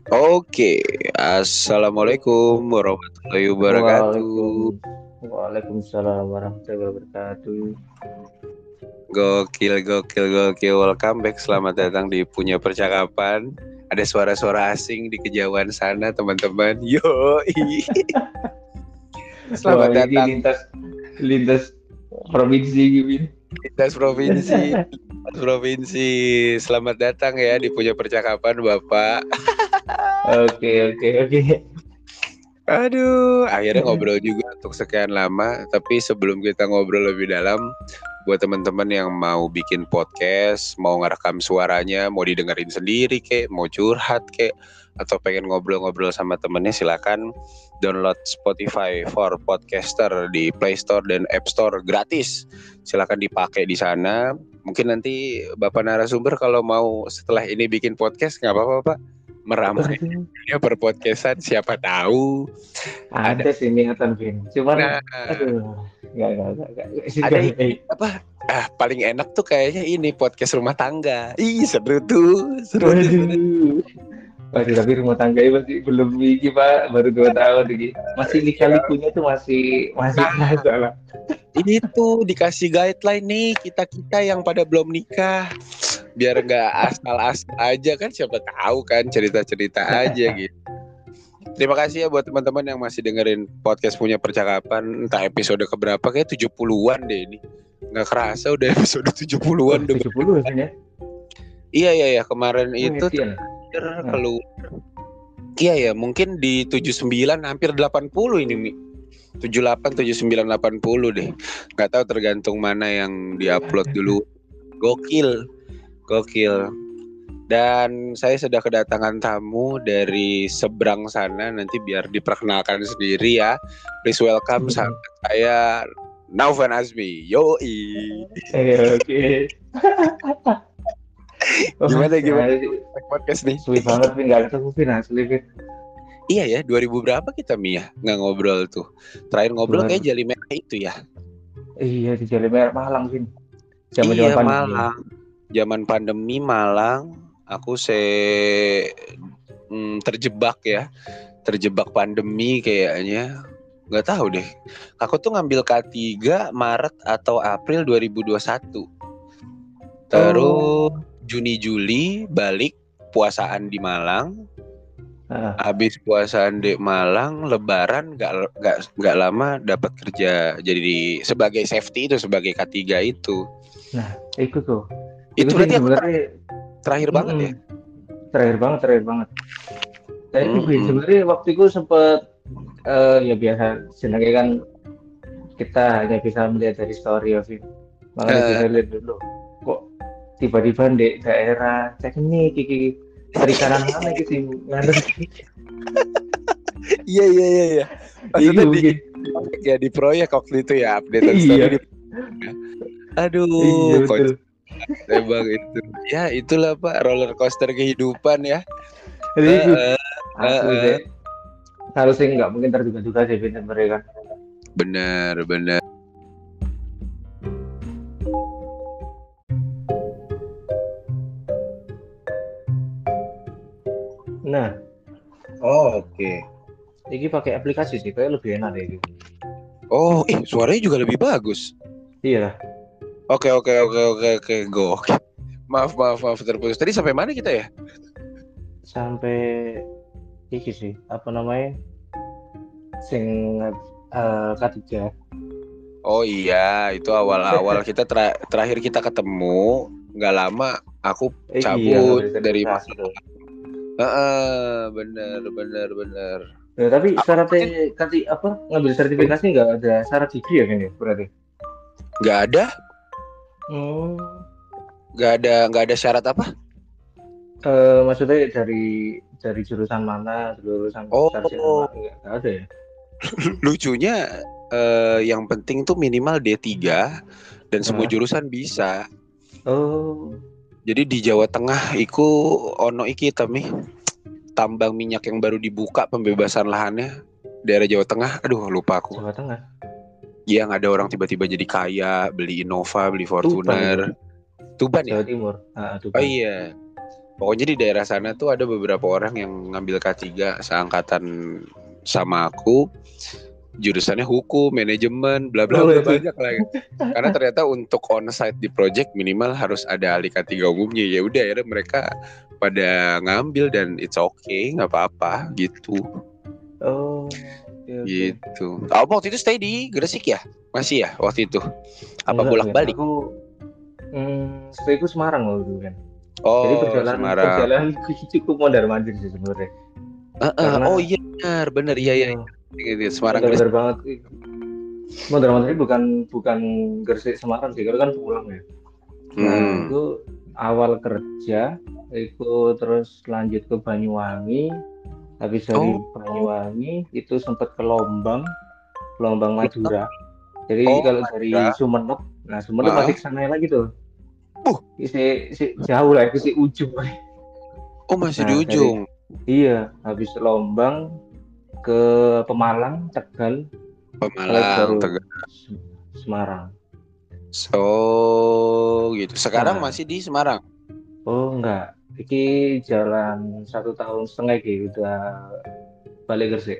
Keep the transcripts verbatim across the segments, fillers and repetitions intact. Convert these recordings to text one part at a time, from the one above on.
Oke, assalamualaikum warahmatullahi wabarakatuh. Waalaikum, Waalaikumsalam warahmatullahi wabarakatuh. Gokil, gokil, gokil. Welcome back. Selamat datang di Punya Percakapan. Ada suara-suara asing di kejauhan sana, teman-teman. Yo, Wah, selamat ini datang lintas lintas provinsi gitu. lintas provinsi, lintas provinsi. Selamat datang ya di Punya Percakapan, Bapak. Oke, oke, oke. Aduh, akhirnya ngobrol juga untuk sekian lama. Tapi sebelum kita ngobrol lebih dalam, buat teman-teman yang mau bikin podcast, mau ngerekam suaranya, mau didengerin sendiri kek, mau curhat kek, atau pengen ngobrol-ngobrol sama temennya, silakan download Spotify for Podcaster di Play Store dan App Store gratis. Silakan dipakai di sana. Mungkin nanti Bapak narasumber kalau mau setelah ini bikin podcast, nggak apa-apa Pak, meramai ya per podcastan, siapa tahu ada Ada sih niatan, Vin. Cuman, nah, aduh, nggak, nggak, nggak, nggak, nggak sih, ada nggak. ini apa ah paling enak tuh kayaknya ini podcast rumah tangga. Ih, seru tuh, seru tuh, seru. Waduh, waduh, tapi rumah tangga ini masih belum iki, Pak. Baru dua tahun ini. Masih Ya, lika-likunya tuh masih masih nah kerasa lah. ini tuh dikasih guideline nih kita kita yang pada belum nikah, biar nggak asal-asal aja kan, siapa tahu kan cerita-cerita aja gitu. Terima kasih ya buat teman-teman yang masih dengerin podcast Punya Percakapan. Entah episode keberapa, kayak tujuh puluhan deh ini. Nggak kerasa udah episode tujuh Oh, puluhan udah. tujuh puluh ya, Vin ya? Iya, iya, iya. Kemarin Oh, itu Edian. terakhir Nah, keluar. Iya, ya. Mungkin di tujuh puluh sembilan, hampir delapan puluh ini, Mi. tujuh puluh delapan, tujuh puluh sembilan, delapan puluh deh. Nggak tahu tergantung mana yang diupload dulu. Gokil. Gokil. Dan saya sudah kedatangan tamu dari seberang sana. Nanti biar diperkenalkan sendiri ya. Please welcome sahabat saya, Naufan Azmi. Yoi. eh, oke. Oh, Gimana, gimana nah, podcast nih? sulit banget, Vin. Nggak ketemu, Vin. Asli, Vin. Iya ya, dua ribu berapa kita, Mi, ya nggak ngobrol tuh. Terakhir ngobrol kayak Dua, Jali Merah itu ya. iya, di Jalan Merah Malang, Vin. Zaman-zaman Iya, pandemi. Malang. Zaman pandemi Malang, aku se hmm, terjebak ya. Terjebak pandemi kayaknya. Nggak tahu deh. Aku tuh ngambil K tiga Maret atau April dua ribu dua puluh satu. Terus Oh, Juni Juli balik puasaan di Malang. ah, Habis puasaan di Malang, Lebaran nggak nggak nggak lama dapat kerja jadi sebagai safety itu, sebagai K tiga itu. nah, itu tuh. Itu Itu sih berarti aku ter- sebenarnya, terakhir banget mm-mm, ya. terakhir banget, terakhir banget. Saya itu, Vin, Mm-mm. sebenarnya waktu itu sempet, eh, ya biasa, senangnya kan kita hanya bisa melihat dari story ya, Vin. Makanya Eh, bisa lihat dulu. Kok tiba-tiba di daerah teknik, kiki perikanan mana gitu, nganu. iya, iya, iya, iya. Itu Maksudnya di mungkin. ya di proyek waktu itu ya, update story di. Iya, iya Aduh, betul. kocak emang itu. Ya itulah Pak, roller coaster kehidupan ya. Jadi Eh, itu eh, eh, asli eh. deh. Harusnya nggak mungkin terduga-duga sih Vincent mereka. Benar, benar. Nah, Oh, oke. Okay. ini pakai aplikasi sih, kayak lebih enak deh. Gitu. Oh, ih, suaranya juga lebih bagus. Iya lah, Oke, oke, oke, oke, oke, go. Maaf, maaf, maaf terputus. Tadi sampai mana kita ya? sampai ini sih, apa namanya, sing uh, ketiga. Oh iya, itu awal-awal kita ter- terakhir kita ketemu, nggak lama aku Eh, iya, cabut ngambil dari sertifikasi tuh. Heeh, bener, bener, bener. Nah, tapi Aku kemarin syaratnya kati apa ngambil sertifikasi nggak ada syarat degree ya ini berarti? nggak ada, Hmm, nggak ada, nggak ada syarat apa? eh, maksudnya dari dari jurusan mana, jurusan sarjana Oh, mana, nggak nggak ada ya? lucunya eh, yang penting tuh minimal D tiga dan semua Nah, jurusan bisa. oh, Jadi di Jawa Tengah iku ono iki tami tambang minyak yang baru dibuka pembebasan lahannya daerah Jawa Tengah. Aduh, lupa aku. Jawa Tengah, Yang ada orang tiba-tiba jadi kaya, beli Innova, beli Tuban itu, Fortuner. Tuban ya? Jawa Timur, ah, Oh Tuban. iya. Pokoknya di daerah sana tuh ada beberapa orang yang ngambil K tiga seangkatan sama aku, jurusannya hukum, manajemen, bla bla Oh bla itu. banyak lah. Karena ternyata untuk onsite di project minimal harus ada ahli K tiga umumnya. Ya udah ya mereka pada ngambil dan it's okay, nggak apa-apa gitu. Oh, oke oke. Gitu. Oh, waktu itu stay di Gresik ya? Masih ya waktu itu? Apa Enggak, Vin. bolak-balik? Aku hmm, stay ku Semarang loh dulu kan. Jadi Oh, perjalanan Semarang. perjalanan cukup mondar mandir sih sebenarnya. Uh-uh. Oh Karena iya benar, benar iya iya. iya, Gitu, Semarang Gresik. mondar-mandir banget. Mondar-mandir bukan bukan Gresik Semarang sih, karena kan pulang ya. Nah, Hmm. itu awal kerja, itu terus lanjut ke Banyuwangi. Habis dari Oh, Banyuwangi itu sempat ke Lombang, Lombang Madura. Jadi oh, kalau dari Madura. Sumeneb, nah Sumeneb masih Ah, ke sana lagi tuh. uh, Si, si jauh lah, itu si ujung. oh masih di Nah, dari ujung. iya, habis Lombang ke Pemalang, Tegal, setelah itu Pemalang, baru Tegal. Se- Semarang. So, gitu. Sekarang Nah, masih di Semarang. oh enggak, ini jalan satu tahun setengah gitu, udah balik Gresik.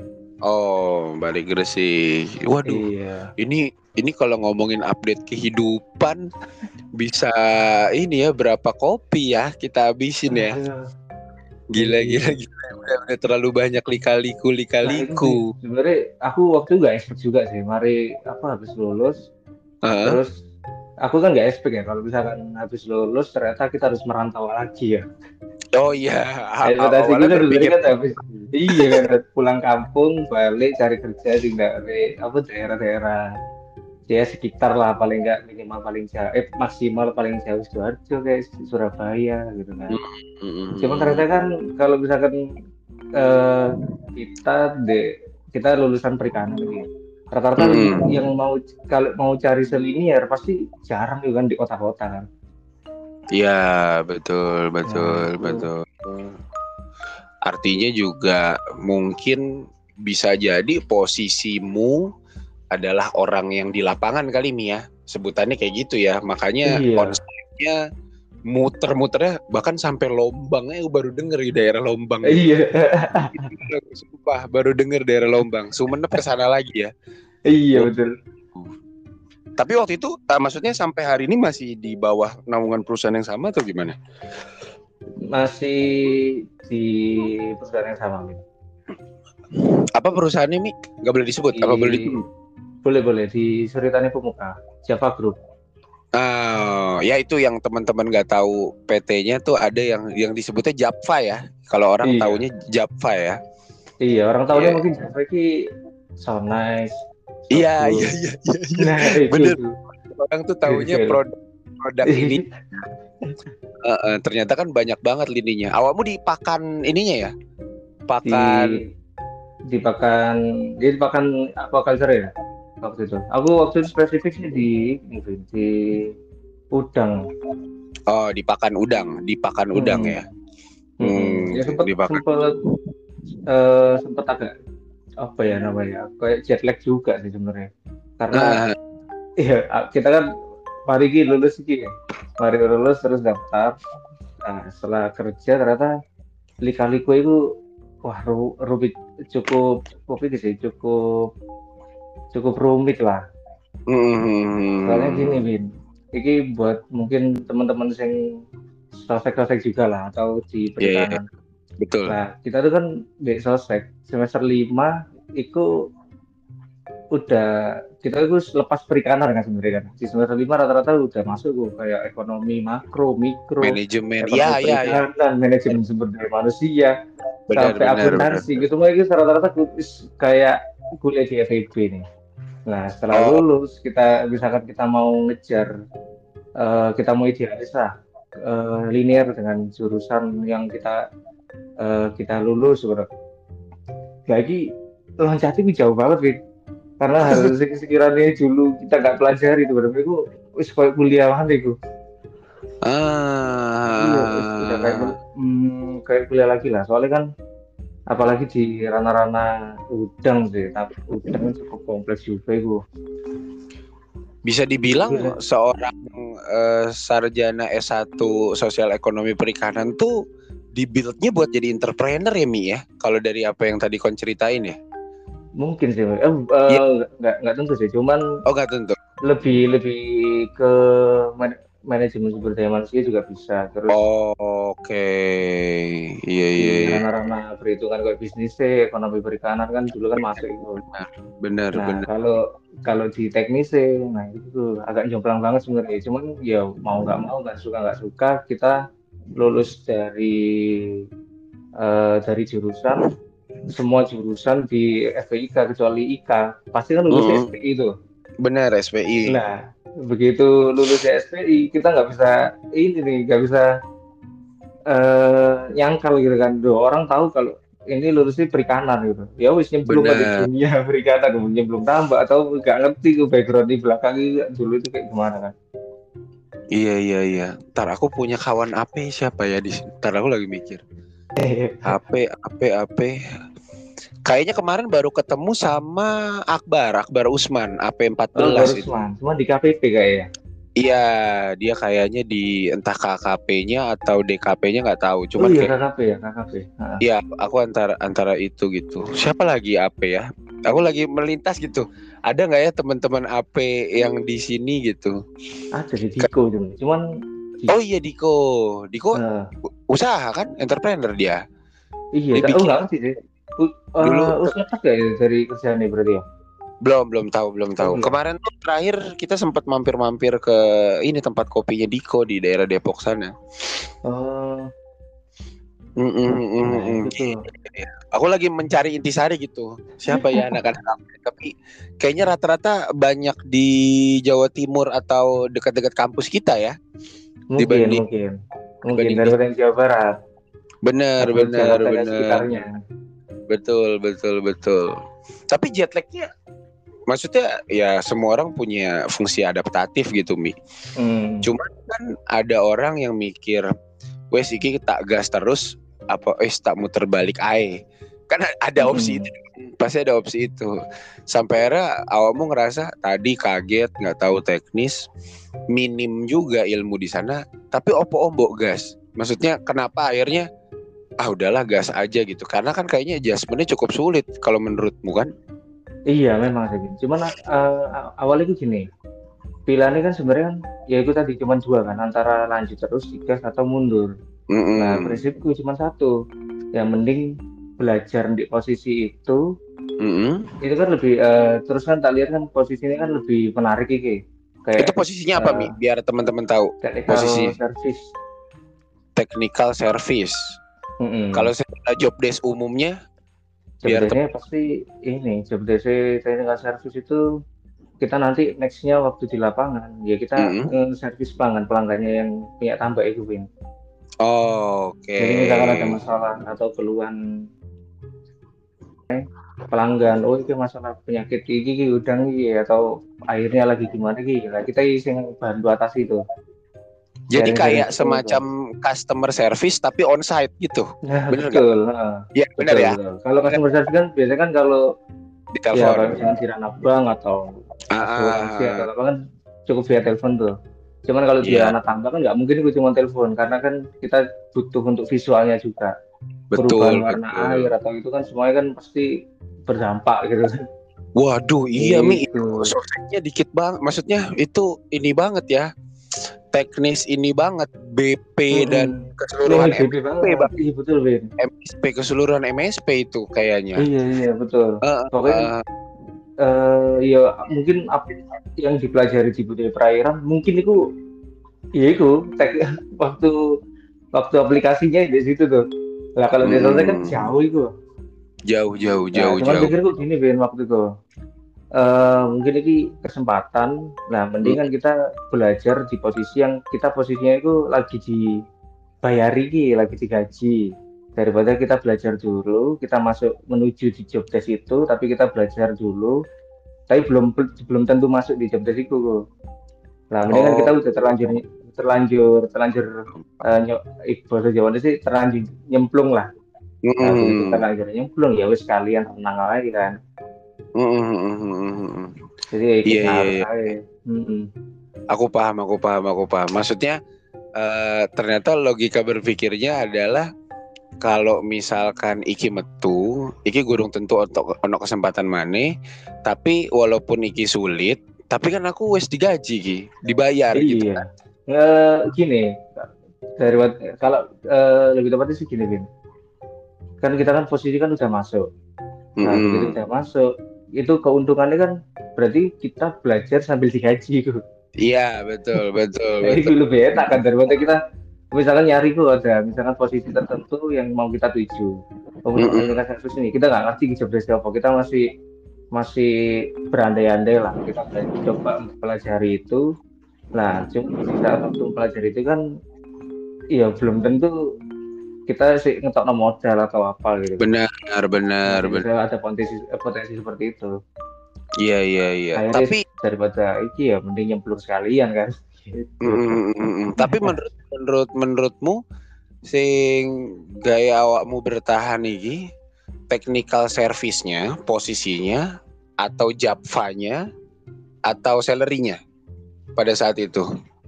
Oh, balik Gresik. Waduh, Iya. ini ini kalau ngomongin update kehidupan bisa ini ya berapa kopi ya kita habisin ya. Aduh, Gila gila iya. gila. Udah, udah terlalu banyak lika-liku Nah itu sih, lika-liku. sebenarnya aku waktu itu nggak expect juga sih. Mari apa habis lulus, Heeh. terus aku kan nggak expect ya kalau misalkan habis lulus ternyata kita harus merantau lagi ya. Oh iya, A- a- Ekspektasiku awalnya kan sebenarnya berpikir kan habis iya kan pulang kampung balik cari kerja di dari apa daerah-daerah ya sekitar lah paling nggak minimal paling jauh eh maksimal paling jauh Sidoarjo kayak Surabaya gitu kan. Cuman ternyata kan kalau misalkan eh, kita de kita lulusan perikanan ini rata-rata li- Mm-mm. yang mau kalau mau cari selinier pasti jarang juga kan di kota-kota kan. Iya, betul, Nah betul, itu betul. Artinya juga mungkin bisa jadi posisimu adalah orang yang di lapangan kali Mia. Sebutannya kayak gitu ya. Makanya iya konsepnya muter-muternya bahkan sampai Lombangnya baru denger di daerah Lombang nih. iya Sumpah baru denger daerah Lombang. Sumenep ke sana lagi ya. iya Wow. betul. Tapi waktu itu uh, maksudnya sampai hari ini masih di bawah naungan perusahaan yang sama atau gimana? Masih di perusahaan yang sama, Min. Apa perusahaannya Mi? Gak boleh disebut. Di Apa boleh disebut? boleh boleh di Suritani Pemuka, Java Group. Ah, ya itu yang teman-teman nggak tahu P T-nya tuh ada yang yang disebutnya Japfa ya. Kalau orang Iya, taunya Japfa ya. iya orang tahunya Iya. mungkin Java ini so nice, so Iya, iya, good. iya, iya, iya. Nah, itu Bener. tuh. Orang tuh taunya Greenfield. produk produk ini. Eh, eh, ternyata kan banyak banget lininya. Awalmu di pakan ininya ya? di Pakan. dipakan dia dipakan aquaculture ya waktu itu. Aku waktu itu spesifik sih di ini, Vin, di udang. Oh, di pakan udang, di pakan udang Mm-mm. ya. Mm-mm. Hmm, Ya sempet di pakan. sempet eh, sempet agak apa ya namanya kayak jet lag juga sih sebenarnya karena Nah, iya kita kan mari ki lulus ki ya mari lulus terus daftar. Nah, setelah kerja ternyata lika-liku itu wah ru- rumit cukup cukup ini sih cukup cukup rumit lah soalnya gini hmm, Bin ini buat mungkin teman-teman yang sosek-sosek juga lah atau di ya, ya, perikanan. betul. Nah kita tuh kan di sosek semester lima itu udah kita itu lepas perikanan kan sebenarnya kan di semester lima rata-rata udah masuk tuh kayak ekonomi makro mikro Manajemen, ekonomi ya, ya, ya. perikanan manajemen sumber daya manusia Benar, sampai benar, benar. akuntansi gitu semua itu rata-rata kuis kayak kuliah di F E B nih. Nah setelah Oh, lulus kita misalkan kita mau ngejar eh, kita mau idealis lah eh, linear dengan jurusan yang kita eh, kita lulus sebenarnya lagi loncatnya jauh banget Vin. Karena hal sekiranya dulu kita nggak pelajari itu benar itu wis kayak kuliah banget itu. Iya, wis udah kayak ah, hmm, kayak kuliah lagi lah. Soalnya kan apalagi di ranah-ranah udang sih, tapi udang kan cukup kompleks juga itu. Bisa dibilang Iya. seorang eh, sarjana S satu sosial ekonomi perikanan tuh dibuild-nya buat jadi entrepreneur ya Mi ya. Kalau dari apa yang tadi kon ceritain ya. Mungkin sih, eh, Iya, eh, nggak nggak tentu sih, cuman oh nggak tentu. lebih lebih ke man- manajemen sumber daya manusia juga bisa. Terus Oh, oke. Iya di iya iya. ranah-ranah perhitungan kayak bisnis sih, ekonomi perikanan kan dulu kan masuk itu. Benar Nah, benar. kalau kalau di teknis sih, nah itu agak jomplang banget sebenarnya. Cuman ya mau nggak mau, nggak suka nggak suka, kita lulus dari eh, dari jurusan, semua jurusan di F I K kecuali I K pasti kan lulus Mm-mm. S P I itu. Benar S P I. Nah, begitu lulus S P I kita nggak bisa ini nih, nggak bisa eh, nyangkal gitu kan. Dua orang tahu kalau ini lulusnya perikanan gitu. Ya wis nyemplung ke di Benar. dunia perikanan, kemudian nyemplung tambah atau nggak ngerti ke background di belakang itu dulu itu kayak gimana kan. Iya iya iya. Ntar aku punya kawan A P siapa ya di sini? Ntar aku lagi mikir. A P A P A P. Kayaknya kemarin baru ketemu sama Akbar, Akbar Usman, A P Oh, baru empat belas itu. semua, semua di K P P kayaknya. Iya, dia kayaknya di entah K K P-nya atau D K P-nya nggak tahu. Oh Cuman iya kayak K K P ya, K K P. Heeh. ya aku antara antara itu gitu. Siapa lagi A P ya? Aku lagi melintas gitu. Ada nggak ya teman-teman A P yang di sini gitu? Ada di Ke- Diko cuman. Cuman di, Oh iya Diko, Diko eh, usaha kan, entrepreneur dia. iya, Dia tak- oh bikin nggak ngerti sih. U- dulu eh, us lepas gak ya dari kerjaan ini berarti ya? belum belum tahu belum Oh tahu. belum. Kemarin tuh terakhir kita sempat mampir-mampir ke ini tempat kopinya Diko di daerah Depok sana. Oh, Mm, mm, mm, mm, nah mm. itu tuh. Aku lagi mencari intisari gitu. Siapa ya anak-anak A P? Tapi kayaknya rata-rata banyak di Jawa Timur atau dekat-dekat kampus kita ya Mungkin, dibanding mungkin. Mungkin dibanding di daripada yang Jawa Barat bener atau bener Jakarta dan bener sekitarnya. betul betul betul. Tapi jet lagnya maksudnya ya semua orang punya fungsi adaptatif gitu Mi. Hmm. Cuman kan ada orang yang mikir wes iki tak gas terus apa wes tak muter balik ae. Kan ada opsi Mm-mm. itu. Pasti ada opsi itu. Sampai akhirnya awakmu ngerasa tadi kaget, nggak tahu teknis, minim juga ilmu di sana, tapi opo ombok gas. Maksudnya kenapa akhirnya ah udahlah gas aja gitu. Karena kan kayaknya adjustmentnya cukup sulit kalau menurutmu kan? Iya memang sih. Cuman eh, awalnya itu gini. Pilihannya kan sebenarnya kan ya itu tadi cuma dua kan antara lanjut terus digas atau mundur. Nah Mm-mm. prinsipku cuma satu. Yang mending belajar di posisi itu Mm-mm. itu kan lebih eh, terus kan tak lihat kan posisinya kan lebih menarik iki. Itu Kayak posisinya apa eh, Mi? Biar teman-teman tahu technical posisi service. technical service. Kalau Mm-mm. saya job desk umumnya Job biar desk-nya tem- pasti ini job desk technical service itu kita nanti nextnya waktu di lapangan ya kita Mm-mm. nge-service pelanggan pelanggannya yang punya tambak itu Win. Oh, oke. Jadi misalkan ada masalah atau keluhan pelanggan, oh itu masalah penyakit gigi gigi, udang gigi atau airnya lagi gimana gigi, nah kita isi bantu atas itu, Jadi sharing-sharing kayak itu. semacam customer service tapi on site gitu. Nah Bener nggak? betul, heeh. Iya, bener Betul ya. betul. Kalau Bener. customer service kan biasanya kan kalau Di ya telepon. kalau misalkan di ranah bank atau Ah, asuransi atau ah, apa kan cukup via telepon tuh. Cuman kalau di iya, ranah tambak kan nggak mungkin itu cuma telepon karena kan kita butuh untuk visualnya juga. Perubahan betul, warna air betul. atau itu kan semuanya kan pasti berdampak gitu kan. Waduh, iya Mi, itu Itu. sosoknya dikit banget. Maksudnya itu ini banget ya. Teknis ini banget B P dan Mm-mm. Nih, keseluruhan B P M S P banget. Bang. Iya betul, Ben. M S P keseluruhan M S P itu kayaknya. Iya, iya betul. Eh, Pokoknya eh, eh ya mungkin ap- yang dipelajari di budaya perairan mungkin itu ya itu tek, waktu waktu aplikasinya di situ tuh. Lah kalau di Indonesia kan mm, jauh itu. jauh, jauh, Nah, jauh, cuman jauh. pikirku gini Ben waktu itu. Eh mungkin ini kesempatan. Nah, mendingan Mm, kita belajar di posisi yang kita posisinya itu lagi dibayari, ki, lagi digaji. Daripada kita belajar dulu, kita masuk menuju di job desk itu, tapi kita belajar dulu, tapi belum belum tentu masuk di job desk itu. Nah, mendingan kita Oh, udah terlanjur terlanjur terlanjur eh, nyo- eh, bahasa Jawa sih terlanjur nyemplung lah. Nah, begitu mm, terlanjur nyemplung ya wis sekalian renang aja kan. mm, mm, mm, mm, mm. Jadi ya Iya kita iya harus iya. aja. Mm-mm. Aku paham, aku paham, aku paham. Maksudnya eh, ternyata logika berpikirnya adalah kalau misalkan iki metu, iki gurung tentu untuk ono kesempatan maneh, tapi walaupun iki sulit, tapi kan aku wis digaji ki, dibayar gitu Iya. kan. Nge- gini, dari wat- kalau eh, lebih tepatnya sih gini, Bin. Kan kita kan posisi kan udah masuk. Nah, begitu Mm-mm. udah masuk, itu keuntungannya kan berarti kita belajar sambil digaji gitu. Iya, betul, betul, Nah, betul. itu lebih enak kan daripada kita misalkan nyari tuh ada misalkan posisi tertentu yang mau kita tuju. Oh, untuk Mm-mm. teknikal servis ini kita nggak ngerti job desk apa, kita masih masih berandai-andai lah. Kita bela- coba mempelajari itu. Nah, cuma di saat waktu mempelajari itu kan, ya belum tentu kita sih ngetok modal atau apa gitu. Benar, benar, Masih benar. bisa ada potensi potensi seperti itu. Iya, iya, iya. Akhirnya Tapi daripada iki ya mending nyemplung sekalian kan. Gitu. mm-mm, mm-mm. Tapi menurut menurut menurutmu sing gaya awakmu bertahan iki technical service-nya, posisinya atau Japfa-nya atau salary-nya pada saat itu?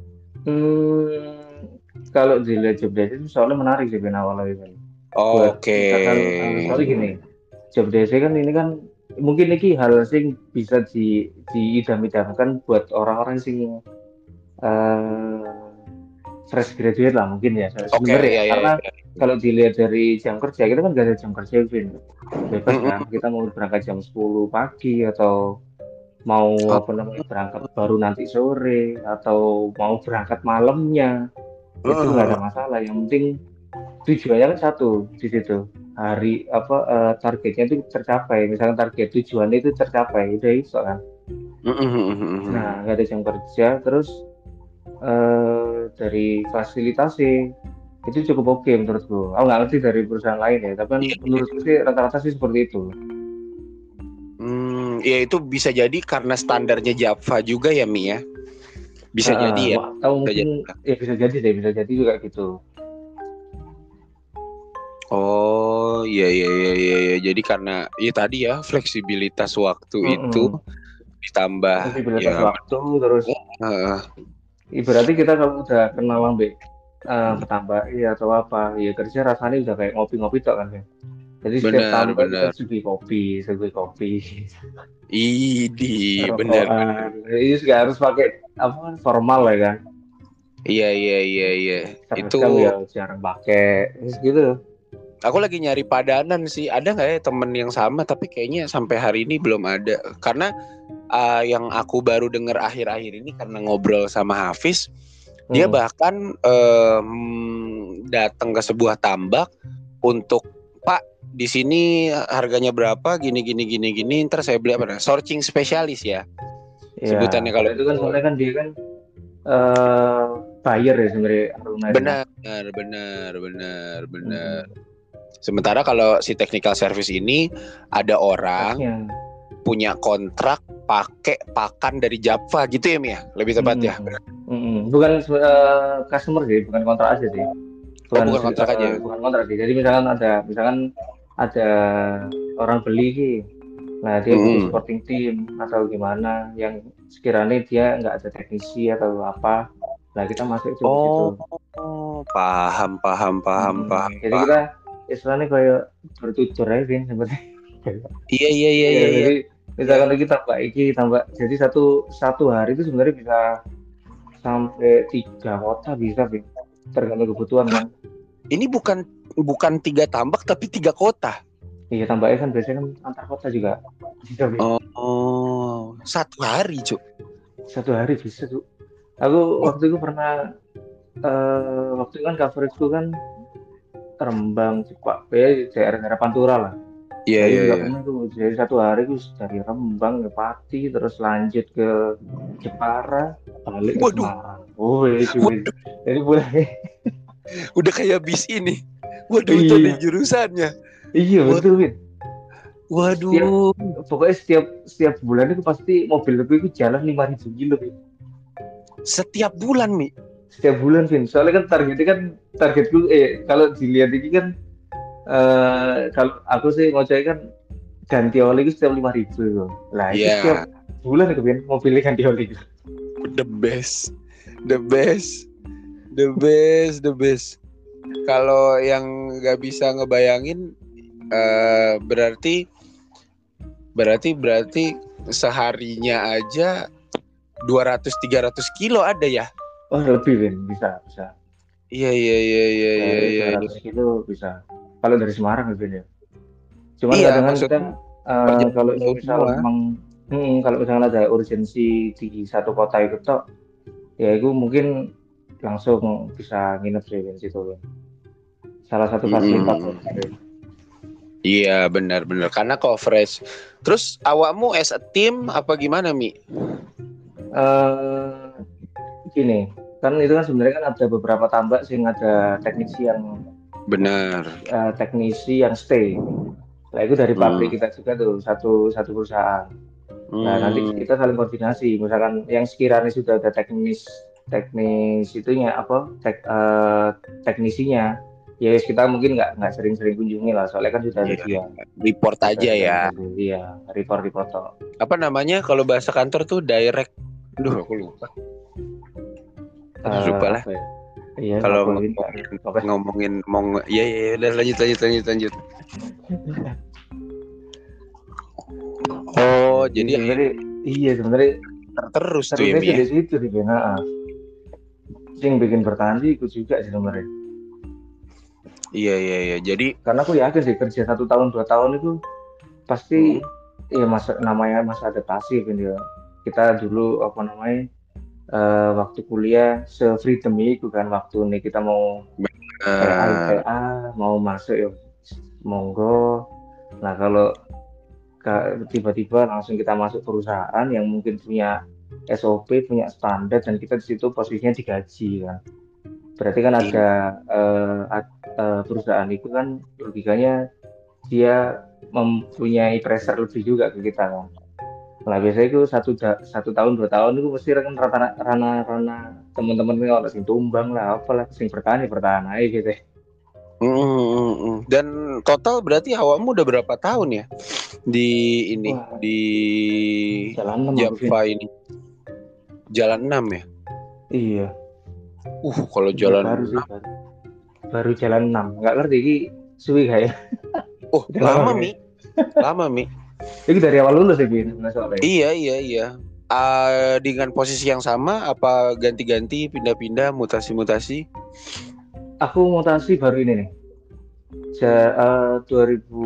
Hmm, kalau dilihat job desk itu soalnya menarik sih Ben awalnya Ben. Buat Oke. misalkan eh, soalnya gini, job desk kan ini kan mungkin ini hal sing bisa di diidam-idamkan buat orang-orang sing eh fresh graduate lah mungkin ya Oke, sebenarnya iya, ya. iya, Karena iya. kalau dilihat dari jam kerja kita kan gak ada jam kerja Ben. Bebas Mm-mm. kan, kita mau berangkat jam sepuluh pagi atau mau Oh, apa namanya berangkat baru nanti sore atau mau berangkat malamnya itu nggak ada uh, masalah. Yang penting tujuannya kan satu di situ, hari apa eh, targetnya itu tercapai, misalkan target tujuannya itu tercapai udah itu kan. Nah, mm-mm. nggak ada jam kerja terus eh, dari fasilitasi itu cukup oke menurutku. Aku nggak ngerti dari perusahaan lain ya, tapi kan Iya, iya. menurutku sih rata-rata sih seperti itu. Hmm, ya itu bisa jadi karena standarnya Java juga ya Mi ya. Bisa Heeh, jadi ya. wah, atau Bisa mungkin jadi. ya bisa jadi deh, bisa jadi juga gitu. Oh, iya, iya, iya, iya, iya. Jadi karena ya tadi ya fleksibilitas waktu itu Mm-mm. ditambah Fleksibilitas ya. waktu terus uh, ibaratnya kita kalau udah kenal ambek eh petambak ya atau apa ya kerja rasanya udah kayak ngopi-ngopi tok kan ya. Jadi setiap benar, tambah kita benar. suguhi kopi, suguhi kopi, Idi, benar, benar. rokokan. Ini juga harus pakai apa kan, formal ya kan. Iya, iya, iya, iya. Itu Seragam ya jarang pakai. Terus gitu. aku lagi nyari padanan sih. Ada nggak ya temen yang sama? Tapi kayaknya sampai hari ini belum ada. Karena uh, yang aku baru dengar akhir-akhir ini karena ngobrol sama Hafiz, dia Hmm. bahkan um, datang ke sebuah tambak untuk Pak di sini harganya berapa? Gini gini gini gini. Ntar saya beli apa? Sourcing spesialis ya Ya, sebutannya kalau itu kan sebenarnya kan dia kan eh buyer ya sebenarnya Aruna itu kan. benar benar benar benar. Mm-mm. Sementara kalau si technical service ini ada orang Tugasnya. punya kontrak pakai pakan dari Java gitu ya Mi ya? Lebih tepat ya. Mm-mm. Mm-mm. Bukan eh, customer sih, bukan kontrak aja sih. Oh Bukan bukan kontrak eh, aja. bukan kontrak sih. Jadi misalkan ada misalkan ada orang beli sih. Nah, dia butuh Mm-mm. supporting team atau gimana yang sekiranya dia nggak ada teknisi atau apa. Nah, kita masuk itu di situ. Oh, paham, paham, paham, Mm-mm. paham, Jadi paham. kita istilahnya kayak bertutur aja Vin sebenarnya. Iya, iya, iya, Ya, iya, iya. jadi Iya. misalkan kita tambah iki tambah jadi satu satu hari itu sebenarnya bisa sampai tiga kota bisa Vin. Tergantung kebutuhan kan. Ini bukan bukan tiga tambak tapi tiga kota. Iya tambahnya kan biasanya kan antar kota juga bisa Vin. Oh, oh. Satu hari, Cuk. Satu hari bisa tuh. Aku waktu itu pernah eh waktu itu kan coverage itu kan Rembang, Cepak, ya daerah-daerah Pantura lah. Iya, Nah, itu iya, juga iya. pernah tuh. Jadi satu hari itu dari Rembang ke Pati, terus lanjut ke Jepara, balik ke Waduh, Semarang. Oh, itu. waduh, Jadi mulai, udah kayak bis ini. Waduh, itu ada iya, jurusannya. iya Wad- betul, Win. Setiap, Waduh. pokoknya setiap setiap bulan itu pasti mobil gue itu jalan lima ribu kilo, Win. Setiap bulan, Mi. Setiap bulan, Vin. Soalnya kan targetnya kan, targetku, eh, kalau dilihat ini kan, eh kalau aku sih mau cari kan, ganti oli itu setiap lima ribu. Lah, itu Iya. setiap sebulan itu Bin mobilnya ganti oli. The best, the best, the best, the best. Kalau yang nggak bisa ngebayangin, uh, berarti, berarti, berarti seharinya aja dua ratus tiga ratus kilo ada ya? Oh lebih Bin, bisa, bisa. Iya, iya, iya, iya, iya, Dari iya. dua ratus kilo bisa. Kalau dari Semarang ya Bin ya. Cuman Iya, kadang kan kita maksudnya uh, kalau perjalanan jauh misal semua. memang hmm, kalau misalnya ada urgensi di satu kota itu tok, ya itu mungkin langsung bisa nginep sih Bin situ Bin. Salah satu fasilitas Mm-mm. Bin. Iya, benar-benar karena coverage. Terus awakmu as a team apa gimana, Mi? Uh, gini, kan itu kan sebenarnya kan ada beberapa tambak sih, ada teknisi yang Benar. uh, teknisi yang stay. Nah itu dari pabrik Hmm. kita juga tuh satu satu perusahaan. Nah nanti Hmm. kita saling koordinasi. Misalkan yang sekiranya sudah ada teknis teknis itunya apa tek, uh, teknisinya, ya yes, kita mungkin nggak nggak sering-sering kunjungi lah. Soalnya kan sudah ada Iya, dia. report Sudah aja ada ya. dia report report toh. Apa namanya kalau bahasa kantor tuh direct. Duh, aku lupa. Aduh, Uh, lupa lah. apa ya? Iya, Kalau ngomongin, ngomongin, okay. ngomongin mong, ya ya udah lanjut lanjut lanjut lanjut. Oh, jadi, jadi sebenarnya iya sebenarnya terus tuh ya, terusnya Mi sih ya. di situ sih benar. Sing bikin bertahan sih ikut juga sih sebenarnya. Iya iya iya. Jadi Karena aku yakin sih kerja satu tahun dua tahun itu pasti hmm. ya masa namanya masa adaptasi kan ya. Kita dulu apa namanya uh, waktu kuliah se-freedom itu kan waktu nih kita mau T A T A mau masuk ya monggo. Nah kalau tiba-tiba langsung kita masuk perusahaan yang mungkin punya S O P, punya standar dan kita di situ posisinya digaji kan. Berarti kan ada uh, uh, perusahaan itu kan logikanya dia mempunyai pressure lebih juga ke kita kan. Nah biasanya itu satu satu tahun dua tahun itu pasti kan rata rana rana teman-teman ini orang sing tumbang lah apalah sing bertahan ya bertahan aja gitu. Mm-mm. Dan total berarti awakmu udah berapa tahun ya di ini Wah, di jalan enam Java ini? Jalan enam ya? Iya. Uh, kalau Iya, jalan baru sih baru. Baru jalan enam. Enggak ngerti iki suwi kayak. Oh, lama Mi. Lama Mi. Itu dari awal lulus ya, Bin? Iya, iya, iya. Uh, dengan posisi yang sama apa ganti-ganti, pindah-pindah, mutasi-mutasi? Aku mutasi baru ini nih. Ja, uh, dua ribu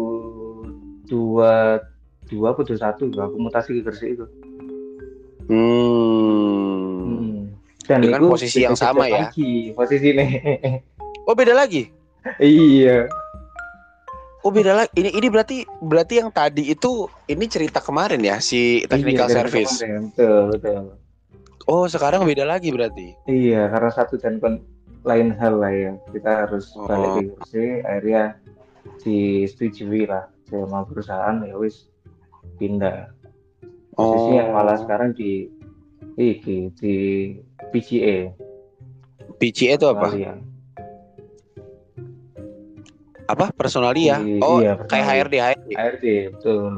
dua puluh dua atau dua puluh satu aku mutasi ke Gresik itu. Hmm. hmm. Dan dengan itu posisi yang sama ya? Lagi, posisi ini. Oh, beda lagi? Iya. Oh, beda lagi. Ini ini berarti berarti yang tadi itu ini cerita kemarin ya si technical iya, service. Kemarin. Betul, betul. Oh, sekarang beda lagi berarti. Iya, karena satu dan lain hal lah ya. Kita harus oh. balik ke Gresik, akhirnya disetujui lah sama perusahaan ya wis pindah. Posisinya oh. malah sekarang di iki di P G A. P G A itu apa? Personalia. Apa? Personalia? Di, oh, iya, kayak H R D, H R D. H R D, betul.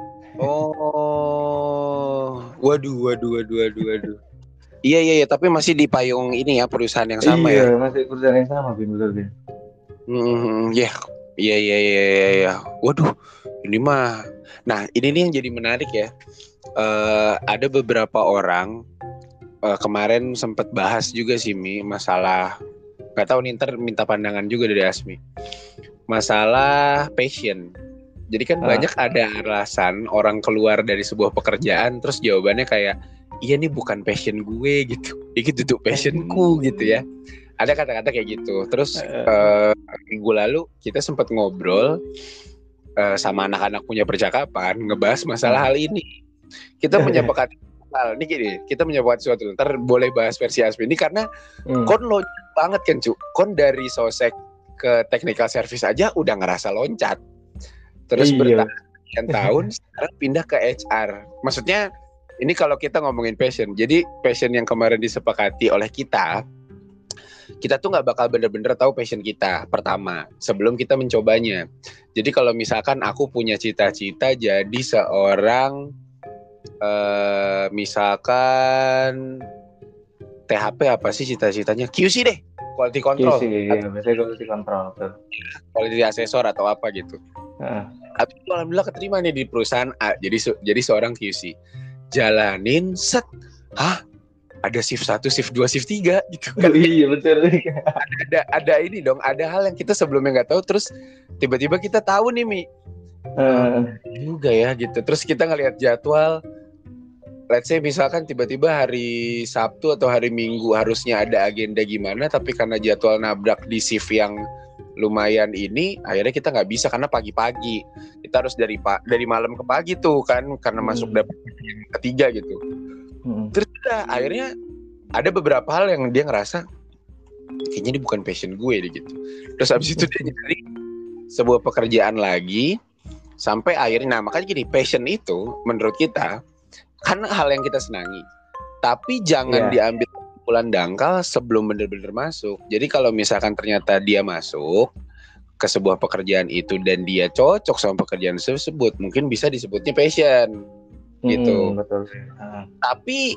Oh, waduh, waduh, waduh, waduh, waduh. Iya, iya, iya, tapi masih di payung ini ya, perusahaan yang sama iya, ya. Iya, masih perusahaan yang sama, Bin, betul, Bin. Hmm, ya, iya, iya, iya, iya, iya. Waduh, ini mah. Nah, ini nih yang jadi menarik ya. Uh, ada beberapa orang uh, kemarin sempat bahas juga sih Mi masalah, nggak tahu nih ntar minta pandangan juga dari Asmi. Masalah passion. Jadi kan ah. banyak ada alasan orang keluar dari sebuah pekerjaan terus jawabannya kayak iya nih bukan passion gue gitu. Ini duduk passionku gitu ya. Ada kata-kata kayak gitu. Terus uh, minggu lalu kita sempat ngobrol uh, sama anak-anak punya percakapan ngebahas masalah hal ini. Kita menyepakati hal ini gini, kita menyepakati suatu. Ntar boleh bahas versi Asmi ini karena hmm. kon loncat banget kan cu. Kon dari sosek ke technical service aja udah ngerasa loncat. Terus iya. bertahan tahun sekarang pindah ke H R. Maksudnya ini kalau kita ngomongin passion. Jadi passion yang kemarin disepakati oleh kita, kita tuh nggak bakal bener-bener tahu passion kita pertama sebelum kita mencobanya. Jadi kalau misalkan aku punya cita-cita jadi seorang eh misalkan T H P apa sih cita-citanya? Q C deh, quality Iya control, sih, iya, biasanya quality control tuh. quality assessor atau apa gitu. Heeh. Habis itu alhamdulillah keterima nih di perusahaan A, jadi jadi seorang Q C. Jalanin set, hah? Ada shift satu, shift dua, shift tiga gitu kan. Oh, iya betul. ada ada ini dong, ada hal yang kita sebelumnya nggak tahu, terus tiba-tiba kita tahu nih Mi. Oh, Uh, juga ya gitu. Terus kita ngelihat jadwal, let's say misalkan tiba-tiba hari Sabtu atau hari Minggu harusnya ada agenda gimana, tapi karena jadwal nabrak di shift yang lumayan ini, akhirnya kita nggak bisa karena pagi-pagi. Kita harus dari pa- dari malam ke pagi tuh kan, karena hmm. masuk dapur yang ketiga gitu. Hmm. Terus udah, akhirnya ada beberapa hal yang dia ngerasa kayaknya ini bukan passion gue deh gitu. Terus abis itu dia nyari sebuah pekerjaan lagi sampai akhirnya, nah makanya gini, passion itu menurut kita kan hal yang kita senangi, tapi jangan Yeah. diambil kesimpulan dangkal sebelum benar-benar masuk. Jadi kalau misalkan ternyata dia masuk ke sebuah pekerjaan itu dan dia cocok sama pekerjaan tersebut, mungkin bisa disebutnya passion gitu. Hmm, betul. Uh. Tapi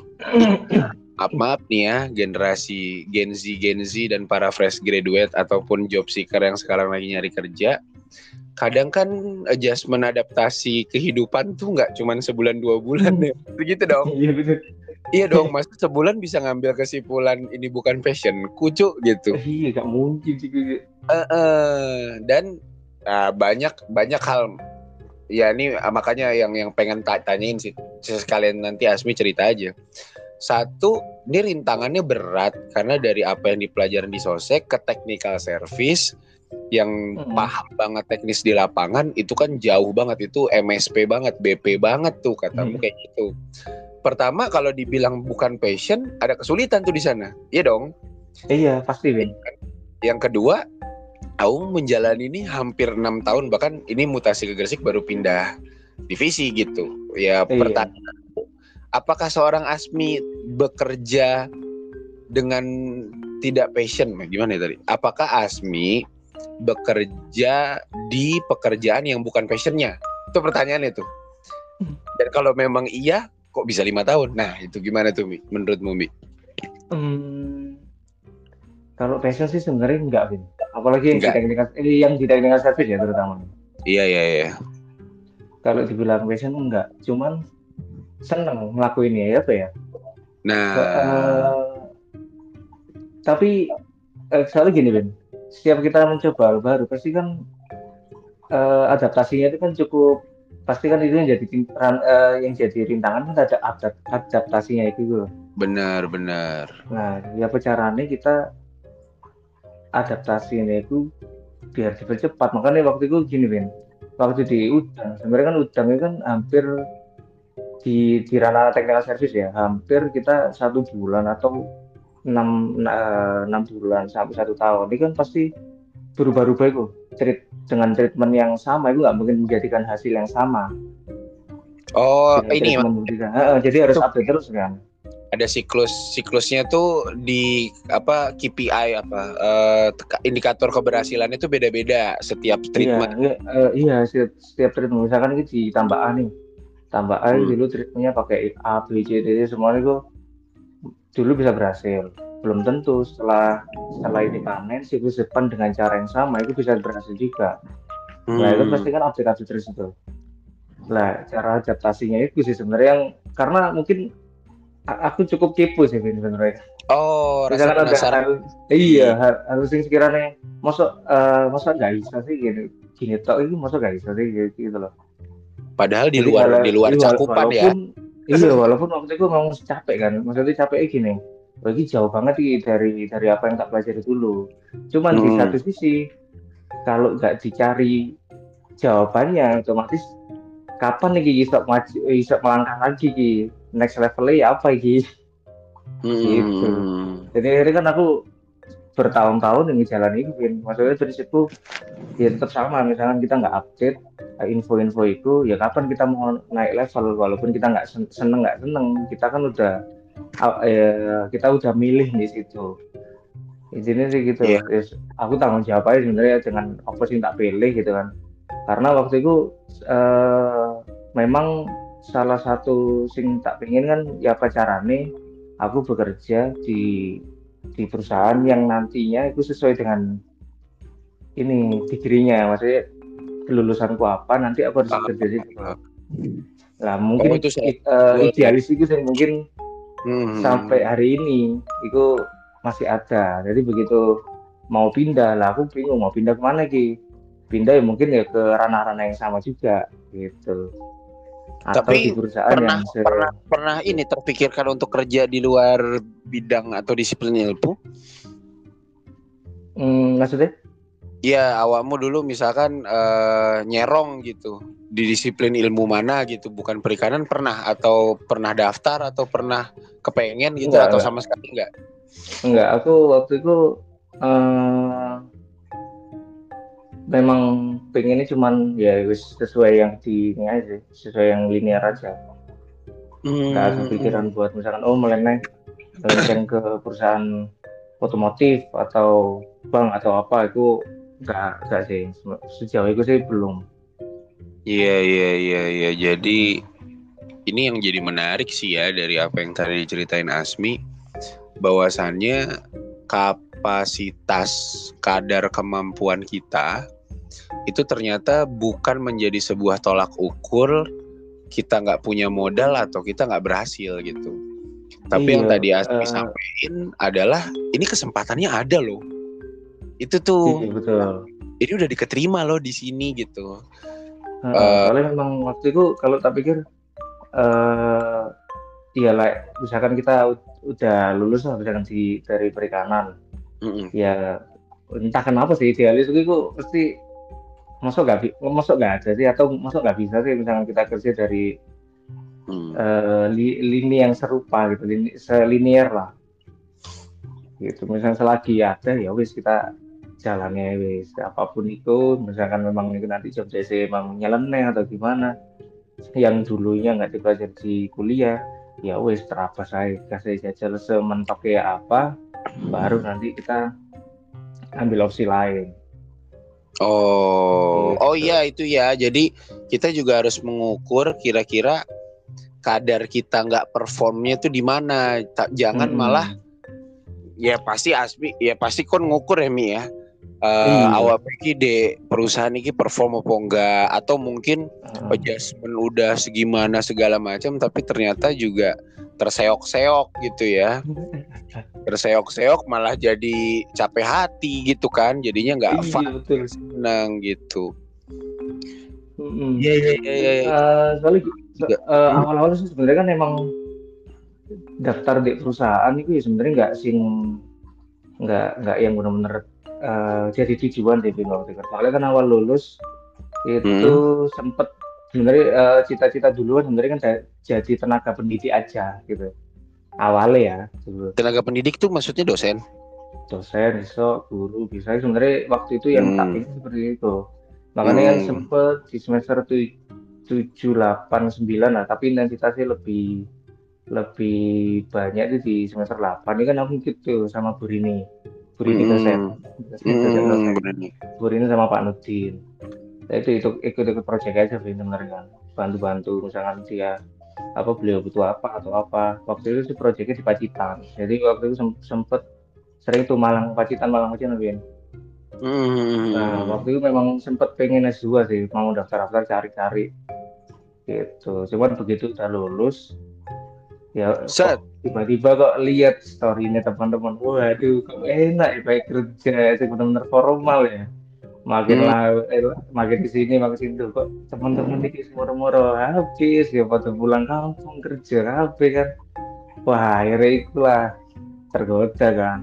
maaf maaf nih ya, generasi Gen Z Gen Z dan para fresh graduate ataupun job seeker yang sekarang lagi nyari kerja, kadang kan adjustment adaptasi kehidupan tuh nggak cuman sebulan dua bulan ya, begitu dong. Iya betul. Iya dong, masa sebulan bisa ngambil kesimpulan ini bukan passion, kucu gitu. Iya, gak mungkin sih gue. Uh, uh, dan uh, banyak banyak hal. Ya ini makanya yang yang pengen tanyain sih, sekalian nanti Asmi cerita aja. Satu, ini rintangannya berat karena dari apa yang dipelajarin di Sosek ke technical service yang mm-hmm. paham banget teknis di lapangan itu kan jauh banget, itu M S P banget, B P banget tuh katamu mm-hmm. kayak gitu. Pertama kalau dibilang bukan passion, ada kesulitan tuh di sana, iya dong? Iya pasti Ben. Yang kedua, aku menjalani ini hampir enam tahun, bahkan ini mutasi ke Gresik baru pindah divisi gitu. Ya iya. Pertanyaan, apakah seorang Asmi bekerja dengan tidak passion? Gimana ya tadi? Apakah Asmi bekerja di pekerjaan yang bukan passionnya? Itu pertanyaannya tuh. Dan kalau memang iya, kok bisa lima tahun? Nah itu gimana tuh Mi? Menurutmu Mi? Hmm, kalau passion sih sebenarnya enggak Vin. Apalagi yang di teknikal, eh, yang di teknikal service ya terutama. Iya iya iya. Kalau dibilang passion enggak, cuman seneng ngelakuinnya ya apa ya. Nah. Uh, tapi uh, soalnya gini Ben, setiap kita mencoba hal baru pasti kan uh, adaptasinya itu kan cukup, pasti kan itu yang jadi uh, yang jadi rintangan kan ada adapt, adaptasinya itu loh. Benar benar. Nah ya caranya kita adaptasinya itu biar dipercepat. Makanya waktu itu gini Ben, waktu di Udang sebenarnya kan Udang itu kan hampir di di ranah technical service ya, hampir kita satu bulan atau enam enam bulan sampai satu tahun ini kan pasti berubah-ubah itu treat dengan treatment yang sama itu nggak mungkin menjadikan hasil yang sama. Oh ini uh, jadi harus update terus kan. Ada siklus siklusnya tuh di apa K P I apa uh, indikator keberhasilannya itu beda-beda setiap treatment. Iya, uh, iya setiap, setiap treatment misalkan ini ditambah A nih, tambah A hmm. dulu treatmentnya pakai A B C D semuanya itu dulu bisa berhasil. Belum tentu setelah setelah ini panen siklus depan dengan cara yang sama itu bisa berhasil juga. Hmm. Nah itu pasti kan update-update terus itu. Nah cara adaptasinya itu sih sebenarnya yang karena mungkin aku cukup kepo sih sebenarnya. Oh, rasa penasaran. Iya, harus yang sekiranya masuk uh, masuk nggak bisa sih gini gini tok ini masuk nggak bisa sih gitu loh. Padahal di luar Jadi, di luar cakupan walaupun, ya. Iya, walaupun waktu itu ngomong capek kan, maksudnya capeknya gini. Bagi jauh banget sih dari dari apa yang tak pelajari dulu. Cuman hmm. di satu sisi kalau nggak dicari jawabannya, otomatis kapan nih bisa maju, bisa melangkah lagi ki next levelnya ya apa ki? Hmm. Gitu. Jadi akhirnya kan aku bertahun-tahun yang jalan itu, maksudnya dari situ ya tetap sama. Misalkan kita nggak update info-info itu, ya kapan kita mau naik level? Walaupun kita nggak seneng nggak seneng, kita kan udah eh, kita udah milih di situ. Intinya sih gitu. Yeah. Yes, aku tanggung jawab aja sebenarnya dengan apa sih tak pilih gitu kan. Karena waktu itu eh, memang salah satu sing tak pengen kan ya pacarane aku bekerja di di perusahaan yang nantinya itu sesuai dengan ini degree-nya, maksudnya kelulusanku apa nanti aku harus Ah, bekerja di situ. ah. Lah Oh mungkin itu salah it- eh, goal ya. idealis itu sih mungkin sampai Hmm. hari ini itu masih ada. Jadi begitu mau pindah lah aku bingung mau pindah kemana Ki. Pindah ya mungkin ya ke ranah-ranah yang sama juga gitu. Atau di Tapi perusahaan pernah yang se pernah pernah ini terpikirkan untuk kerja di luar bidang atau disiplin ilmu? hmm, maksudnya Ya awakmu dulu misalkan eh, nyerong gitu di disiplin ilmu mana gitu, bukan perikanan, pernah atau pernah daftar atau pernah kepengen gitu enggak atau enggak sama sekali enggak? enggak aku waktu itu eh, memang pengennya cuman ya wis sesuai yang di ini aja sesuai yang linear aja nggak ada Hmm. pikiran buat misalkan oh melenceng melenceng ke perusahaan otomotif atau bank atau apa itu nggak nggak sih sejauh itu sih belum. Iya iya iya iya. Jadi ini yang jadi menarik sih ya dari apa yang tadi diceritain Asmi, bahwasannya kapasitas kadar kemampuan kita itu ternyata bukan menjadi sebuah tolak ukur kita nggak punya modal atau kita nggak berhasil gitu. Tapi yang Iya, tadi Asmi eh, sampaikan adalah ini kesempatannya ada loh. Itu iya tuh betul. ini udah diketerima loh di sini gitu. Heeh, Uh, soalnya memang waktu itu kalau tak pikir eh ya like, misalkan kita u- udah lulus lah misalkan di dari perikanan ya entah kenapa sih idealis itu pasti masuk gak bi- masuk gak ada sih atau masuk gak bisa sih misalkan kita kerja dari eh, li- lini yang serupa gitu lini, selinier lah gitu misalnya selagi ada ya wis kita jalannya wis apapun itu misalkan memang itu nanti job desk emang nyeleneh atau gimana yang dulunya nggak dipelajari di kuliah ya wis terabas saya kasih jajal sementok ya apa baru nanti kita ambil opsi lain Oh, oh gitu. iya itu ya. Jadi kita juga harus mengukur kira-kira kadar kita nggak performnya tuh di mana. Ta- Jangan malah Mm-mm. ya pasti Asmi, ya pasti kon ngukur ya Mi ya. Eh Iya. awal pergi di perusahaan ini perform apa enggak, atau mungkin Heeh. adjustment udah segimana segala macam tapi ternyata juga terseok-seok gitu ya. Terseok-seok malah jadi capek hati gitu kan, jadinya nggak fun, Iya betul. nggak senang gitu. Mm-mm. Iya iya iya iya iya. Eh, soalnya Juga. eh, Hmm? awal-awal sih sebenarnya kan emang daftar di perusahaan itu ya sebenarnya nggak sing nggak nggak yang benar-benar eh, jadi tujuan deh Bim, waktu itu. Soalnya kan awal lulus itu Hmm? sempet sebenarnya eh, cita-cita duluan sebenarnya kan ja- jadi tenaga pendidik aja gitu awalnya ya dulu Tenaga pendidik tuh maksudnya dosen. dosen iso guru bisa sebenarnya waktu itu yang tak Hmm. ingin seperti itu makanya kan Hmm. sempet di semester tu- tujuh delapan sembilan lah tapi intensitasnya lebih lebih banyak itu di semester delapan ini kan aku gitu sama Bu Rini Bu Rini dosen Hmm. dosen dosen Hmm. dosen Benar nih. Bu Rini sama Pak Nudin. Nah, itu itu ikut-ikut project aja sih sebenarnya kan bantu-bantu misalkan dia apa beliau butuh apa atau apa waktu itu sih projectnya di Pacitan jadi waktu itu sem- sempet sering tuh Malang Pacitan Malang Pacitan Win. Nah Hmm. waktu itu memang sempet pengen S dua sih mau daftar-daftar cari-cari gitu cuman begitu udah lulus ya kok Set. tiba-tiba kok lihat story-nya teman-teman waduh kok enak ya baik kerja sih benar-benar formal ya makin Hmm. lah eh, makin di sini makin sini tuh kok teman-teman ini moro-moro habis ya pada pulang kampung kerja habis kan wah akhirnya itulah tergoda kan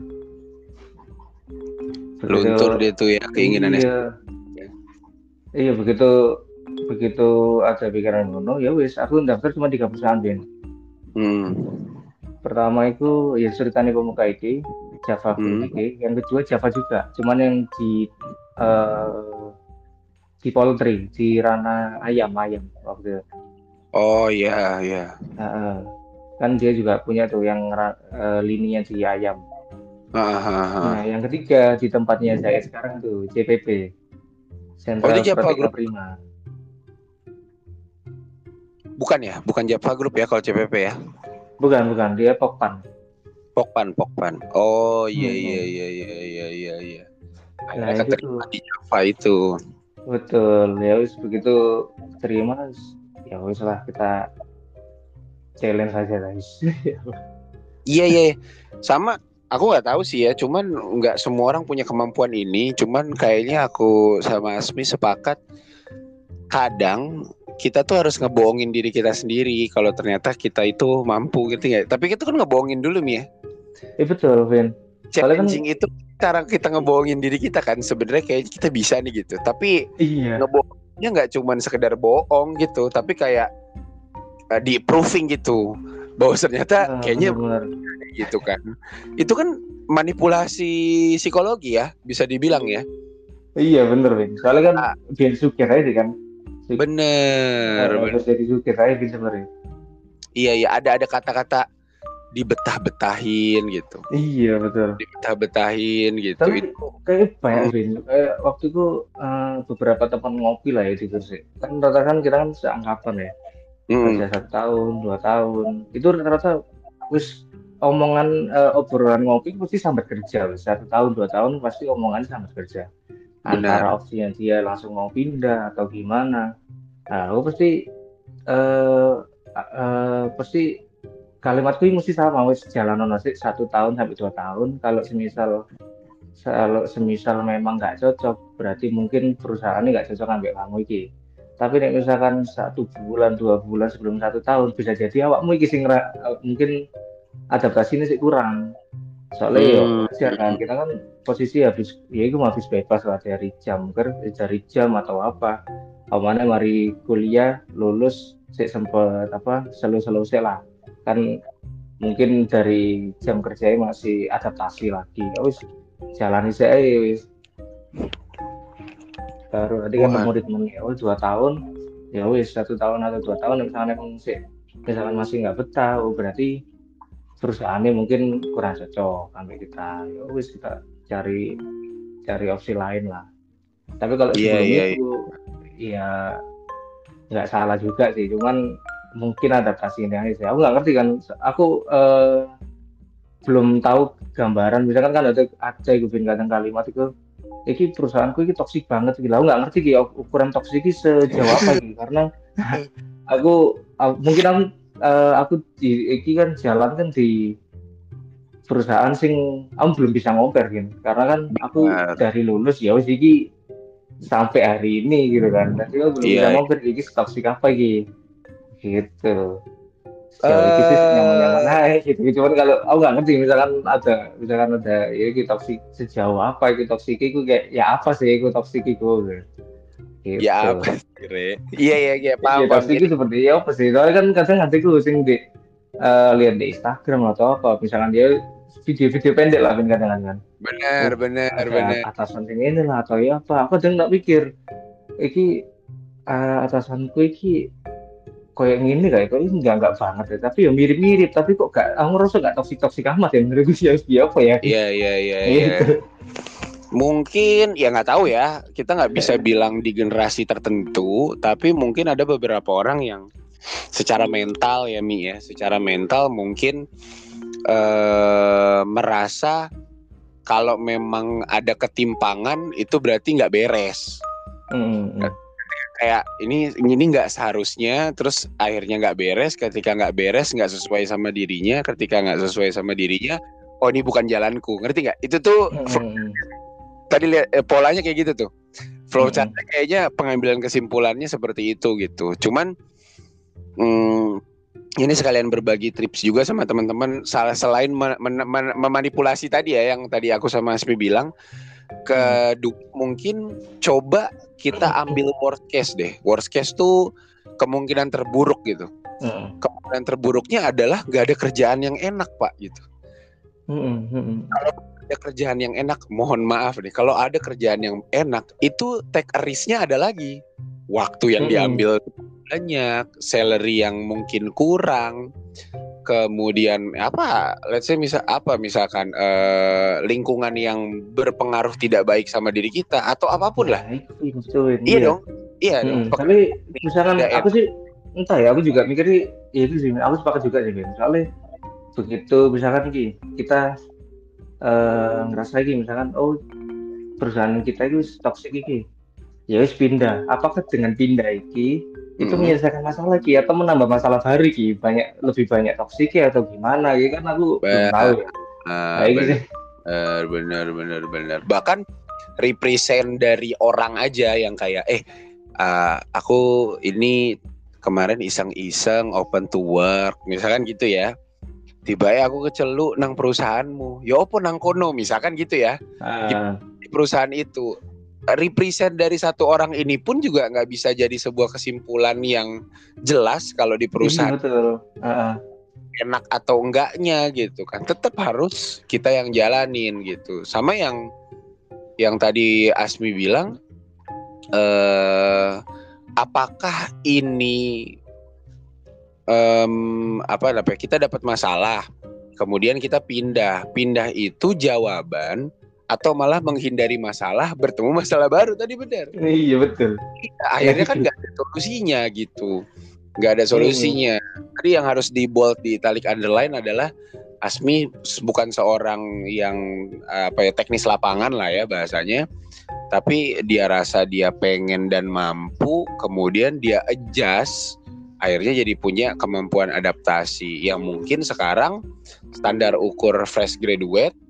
begitu Luntur dia tuh ya keinginan iya S dua. iya begitu begitu ada pikiran ngono ya wis aku daftar cuma tiga perusahaan Ben Hmm. pertama itu ya Suritani Pemuka I T Java Food Hmm. I T yang kedua Java juga cuman yang di eh, di poultry di ranah ayam ayam waktu itu. Oh iya iya. Heeh. Kan dia juga punya tuh yang ra- eh, lininya di ayam. Ah, ah, Nah, ah. yang ketiga di tempatnya saya sekarang tuh J P P, Oh itu Central Java Protein Group. Prima. Bukan ya, bukan Java Group ya kalau C P P ya. Bukan, bukan, dia Pokpan. Pokpan, Pokpan. Oh iya iya Hmm. iya iya iya iya iya. Nah Akhirnya itu keterima tuh di Java itu. betul ya wis begitu terima ya wis lah kita challenge aja guys. Iya iya. Sama aku nggak tahu sih ya, cuman nggak semua orang punya kemampuan ini. Cuman kayaknya aku sama Asmi sepakat kadang kita tuh harus ngebohongin diri kita sendiri kalau ternyata kita itu mampu gitu nggak? Tapi kita kan ngebohongin dulu nih ya. Iya betul Vin, soalnya kan Challenging itu cara kita ngebohongin diri kita kan sebenarnya kayak kita bisa nih gitu. Tapi iya ngebohongnya nggak cuman sekedar bohong gitu, tapi kayak uh, di proving gitu bahwa ternyata ah, kayaknya benar-benar gitu kan. Itu kan manipulasi psikologi ya, bisa dibilang ya. iya bener Vin, soalnya kan Ah, biar sukir aja kan. Suk- bener, eh, bener. biar jadi sukir aja Vin sebenarnya. Iya iya ada ada kata-kata dibetah-betahin gitu. Iya betul. Dibetah-betahin gitu. Tapi Itu kayak banyak mm, Vin, kayak waktu itu eh, beberapa teman ngopi lah ya di Gresik. Kan rata kan kita kan seangkatan ya, kerja mm, satu tahun, dua tahun. Itu rata-rata wis omongan eh, obrolan ngopi pasti sambat kerja. Wis. Satu tahun, dua tahun pasti omongan sambat kerja. benar. Antara opsinya dia langsung mau pindah atau gimana. Nah, aku pasti eh eh, pasti kalimatku ini mesti sama wis jalan nasi satu tahun sampai dua tahun. Kalau semisal kalau semisal memang nggak cocok, berarti mungkin perusahaannya nggak cocok ambil kamu iki. Tapi nek misalkan satu bulan, dua bulan sebelum satu tahun, bisa jadi awakmu iki sing ra- eh, mungkin adaptasinya sih kurang. Soalnya ya Hmm, wajar kan, kita kan posisi habis, ya itu habis bebas lah dari jam ker, dari jam atau apa. Awalnya mari kuliah, lulus, sih sempet apa, selu-selu sih lah. Kan mungkin dari jam kerjanya masih adaptasi lagi. Ya wis, jalani saya wis. Baru nanti ketemu wah, ritmenya, oh dua tahun, ya wis satu tahun atau dua tahun misalnya emang sih, misalkan masih nggak betah, oh berarti perusahaannya mungkin kurang cocok sampai kita, ya wis kita cari cari opsi lain lah. Tapi kalau iya sebelum iya. Iya. itu, ya nggak salah juga sih, cuman mungkin adaptasinya aja sih. Aku nggak ngerti kan, aku eh, belum tahu gambaran. Misalkan kan ada ada gue kadang kalimat itu iki perusahaanku ini toksik banget gitu. Aku nggak ngerti gitu ukuran toksik ini sejauh apa gitu karena aku uh, mungkin aku uh, aku di iki kan jalan kan di perusahaan sing aku belum bisa ngomper gitu karena kan aku Benar. dari lulus ya wis iki sampai hari ini gitu kan dan aku belum bisa Iya. ngomper iki toksik apa gitu gitu sejauh ini sih nyaman-nyaman Eh aja gitu. Cuman kalau aku nggak ngerti misalkan ada misalkan ada ya gitu toksik sejauh apa itu toksik itu kayak ya apa sih itu toksik itu ya gitu. apa sih, Re? Iya iya iya Iya paham paham. toksik Jadi itu seperti ya apa sih? Soalnya kan kadang ada tuh sing di eh, lihat di Instagram atau apa misalkan dia video-video pendek lah kan kadang kan. benar Oh benar ada benar. atasan sing ini lah atau ya apa? Aku kadang nggak pikir iki eh, atasanku iki kayak gini kayak kok ini nggak nggak banget ya tapi ya mirip-mirip tapi kok gak aku ngerasa nggak toksik toksik amat ya menurutku sih ya apa ya Iya iya iya iya. itu Mungkin ya nggak tahu ya. Kita nggak bisa bilang di generasi tertentu, tapi mungkin ada beberapa orang yang secara mental ya Mi ya, secara mental mungkin eh, merasa kalau memang ada ketimpangan itu berarti nggak beres. Hmm, Kayak ini ini nggak seharusnya, terus akhirnya nggak beres. Ketika nggak beres, nggak sesuai sama dirinya. Ketika nggak sesuai sama dirinya, oh ini bukan jalanku. Ngerti nggak? Itu tuh hmm, fl- hmm, tadi lihat eh, polanya kayak gitu tuh. hmm, Flow hmm, chartnya kayaknya pengambilan kesimpulannya seperti itu gitu. Cuman hmm, ini sekalian berbagi tips juga sama teman-teman. Salah selain men- men- men- memanipulasi tadi ya, yang tadi aku sama Asmi bilang. hmm, Kedua mungkin coba kita ambil worst case deh. Worst case tuh kemungkinan terburuk gitu. hmm, Kemungkinan terburuknya adalah gak ada kerjaan yang enak Pak gitu. hmm, hmm, hmm, Ada kerjaan yang enak, mohon maaf nih. Kalau ada kerjaan yang enak, itu take a risk-nya ada lagi. Waktu yang hmm, hmm. diambil banyak, salary yang mungkin kurang, kemudian apa let's say misal apa misalkan eh, lingkungan yang berpengaruh tidak baik sama diri kita atau apapun Nah, lah. itu itu betul Iya iya. dong, iya dong. Mm, Pekerjaan tapi ini misalkan tidak aku enak. sih entah ya, aku juga mikirnya ya itu sih, aku sepakat juga sih, Ben. Soalnya begitu misalkan iki kita eh, ngerasa iki misalkan oh perusahaan kita itu toksik iki, ya wis pindah. Apakah dengan pindah iki itu Mm-mm. menyelesaikan masalah iki atau menambah masalah baru iki, banyak lebih banyak toksiknya atau gimana? Ya kan aku belum tahu Ba- ya. ah, Kayak gitu. bener, bener, bener, bener. Bahkan represent dari orang aja yang kayak, eh, ah, aku ini kemarin iseng-iseng open to work, misalkan gitu ya. Tiba ya aku keceluk nang perusahaanmu, ya opo nang kono, misalkan gitu ya. Di, Ah, di perusahaan itu represent dari satu orang ini pun juga nggak bisa jadi sebuah kesimpulan yang jelas kalau di iya perusahaan betul. Ah, enak atau enggaknya gitu kan, tetap harus kita yang jalanin gitu. Sama yang yang tadi Asmi bilang, eh apakah ini em, apa namanya, kita dapat masalah kemudian kita pindah pindah itu jawaban atau malah menghindari masalah bertemu masalah baru, tadi benar. iya betul. Nah Akhirnya kan gitu. nggak ada solusinya gitu, nggak ada Mm-mm. solusinya. Tadi yang harus di bold, di italic underline adalah Asmi bukan seorang yang apa ya, teknis lapangan lah ya bahasanya, tapi dia rasa dia pengen dan mampu, kemudian dia adjust, akhirnya jadi punya kemampuan adaptasi yang mungkin sekarang standar ukur fresh graduate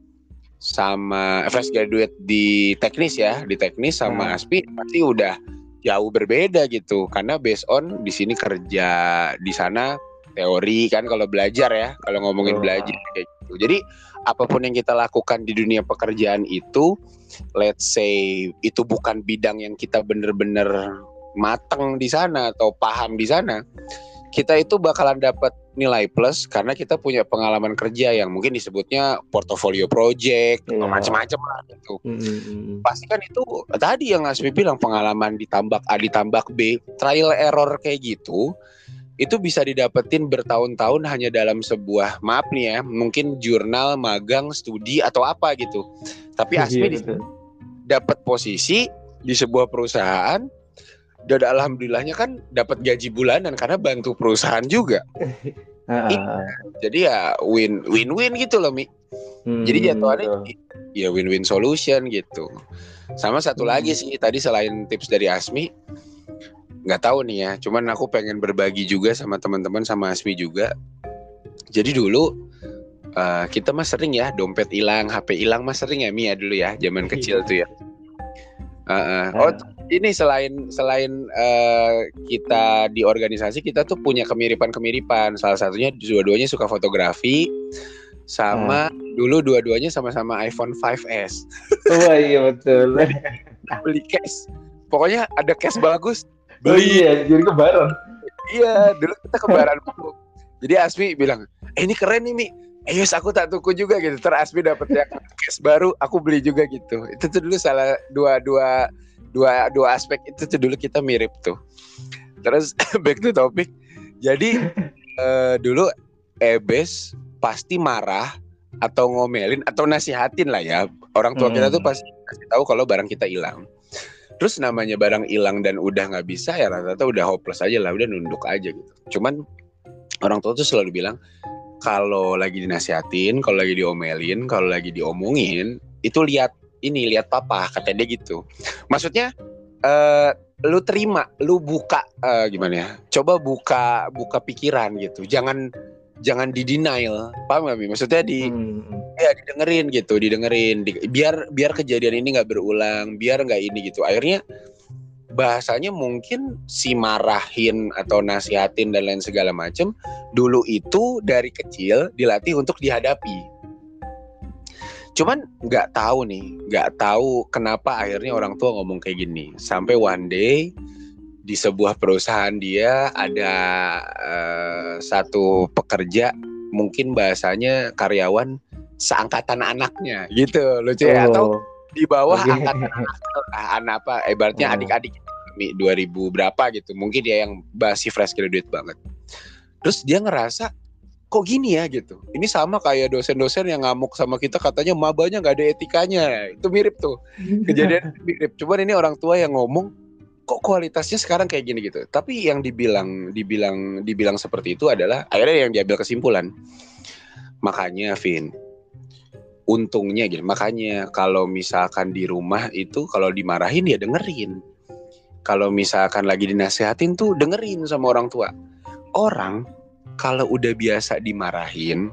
sama fresh graduate di teknis ya, di teknis sama Nah, Aspi pasti udah jauh berbeda gitu, karena based on di sini kerja, di sana teori kan kalau belajar ya, kalau ngomongin betul. belajar Ah. kayak gitu. Jadi apapun yang kita lakukan di dunia pekerjaan itu, let's say itu bukan bidang yang kita bener-bener mateng di sana atau paham di sana, kita itu bakalan dapat nilai plus karena kita punya pengalaman kerja yang mungkin disebutnya portfolio project atau Iya. macam-macam lah gitu. Mm-mm. Pasti kan itu tadi yang Asmi bilang, pengalaman ditambah A ditambah B, trial error kayak gitu, itu bisa didapetin bertahun-tahun hanya dalam sebuah, maaf nih ya, mungkin jurnal, magang, studi atau apa gitu. Tapi Iya Asmi betul. dapat posisi di sebuah perusahaan dan alhamdulillahnya kan dapat gaji bulanan karena bantu perusahaan juga. Ah, Iya, ah, ah. jadi ya win win win gitu loh, Mi. Jadi Hmm, jatuhannya betul. ya win win solution gitu. Sama satu lagi Hmm. sih tadi selain tips dari Asmi, nggak tahu nih ya, cuman aku pengen berbagi juga sama teman-teman, sama Asmi juga. Jadi dulu uh, kita mah sering ya dompet hilang, H P hilang mah sering ya, Mi ya dulu ya, zaman kecil tuh ya. Uh, uh. Oh Ah, ini selain selain uh, kita di organisasi, kita tuh punya kemiripan-kemiripan. Salah satunya dua-duanya suka fotografi, ah. sama dulu dua-duanya sama-sama iPhone lima S. Oh iya betul. Jadi beli case, pokoknya ada case bagus Oh beli. iya, jadi kebaran. Iya, dulu kita kebaran dulu. Jadi Asmi bilang, eh ini keren nih Mi, eh yes aku tak tuku juga gitu. Terus Asmi dapet yang case baru, aku beli juga gitu. Itu tuh dulu salah dua dua dua dua aspek itu tuh dulu kita mirip tuh. Terus back to topic. Jadi eh, dulu Ebes pasti marah atau ngomelin atau nasihatin lah ya. Orang tua kita tuh Hmm. pasti kasih tahu kalau barang kita hilang. Terus namanya barang hilang dan udah nggak bisa ya, rata-rata udah hopeless aja lah, udah nunduk aja gitu. Cuman orang tua tuh selalu bilang, kalau lagi dinasihatin, kalau lagi diomelin, kalau lagi diomongin, itu lihat ini, lihat papa, kata dia gitu. Maksudnya eh, lu terima, lu buka eh, gimana ya? Coba buka buka pikiran gitu. Jangan jangan di denial, paham gak Mi? Maksudnya di Hmm. ya didengerin gitu, didengerin, di, biar biar kejadian ini nggak berulang, biar nggak ini gitu. Akhirnya bahasanya mungkin si marahin atau nasihatin dan lain segala macem dulu itu dari kecil dilatih untuk dihadapi. Cuman nggak tahu nih, nggak tahu kenapa akhirnya orang tua ngomong kayak gini. Sampai one day di sebuah perusahaan dia ada uh, satu pekerja, mungkin bahasanya karyawan seangkatan anaknya gitu, lucu ya, atau Oh, di bawah oke. angkatan anak, anak apa, ibaratnya Oh. adik-adik dua ribu berapa gitu, mungkin dia yang masih fresh graduate banget. Terus dia ngerasa kok gini ya gitu, ini sama kayak dosen-dosen yang ngamuk sama kita, katanya mabanya nggak ada etikanya. Itu mirip tuh, kejadian mirip, cuman ini orang tua yang ngomong, kok kualitasnya sekarang kayak gini gitu. Tapi yang dibilang dibilang dibilang seperti itu adalah akhirnya yang diambil kesimpulan. Makanya Vin, untungnya gitu. Makanya kalau misalkan di rumah itu kalau dimarahin ya dengerin. Kalau misalkan lagi dinasehatin tuh dengerin sama orang tua. Orang kalau udah biasa dimarahin,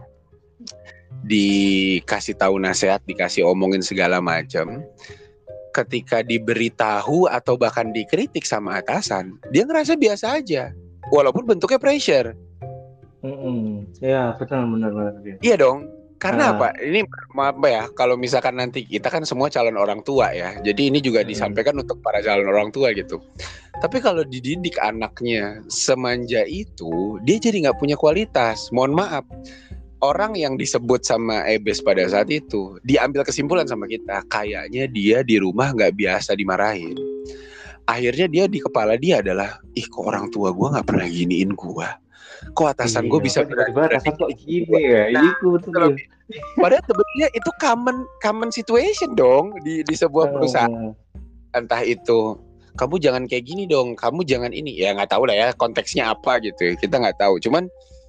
dikasih tahu nasihat, dikasih omongin segala macam, ketika diberitahu atau bahkan dikritik sama atasan, dia ngerasa biasa aja, walaupun bentuknya pressure. Mm-mm. Ya benar benar benar. Iya dong, karena Ah. apa? Ini maaf ya, kalau misalkan nanti kita kan semua calon orang tua ya, jadi ini juga Mm-mm. disampaikan untuk para calon orang tua gitu. Tapi kalau dididik anaknya semanja itu, dia jadi nggak punya kualitas. Mohon maaf. Orang yang disebut sama Ebes pada saat itu diambil kesimpulan sama kita, kayaknya dia di rumah nggak biasa dimarahin. Akhirnya dia di kepala dia adalah, ih kok orang tua gue nggak pernah giniin gue, kok atasan gue Iya, bisa kok tiba-tiba atasan kok gini ya? Nah, Itu betul. kalau, padahal sebenarnya itu common common situation dong di di sebuah perusahaan. Uh, Entah itu kamu jangan kayak gini dong, kamu jangan ini, ya nggak tahu lah ya konteksnya apa gitu, kita nggak tahu. Cuman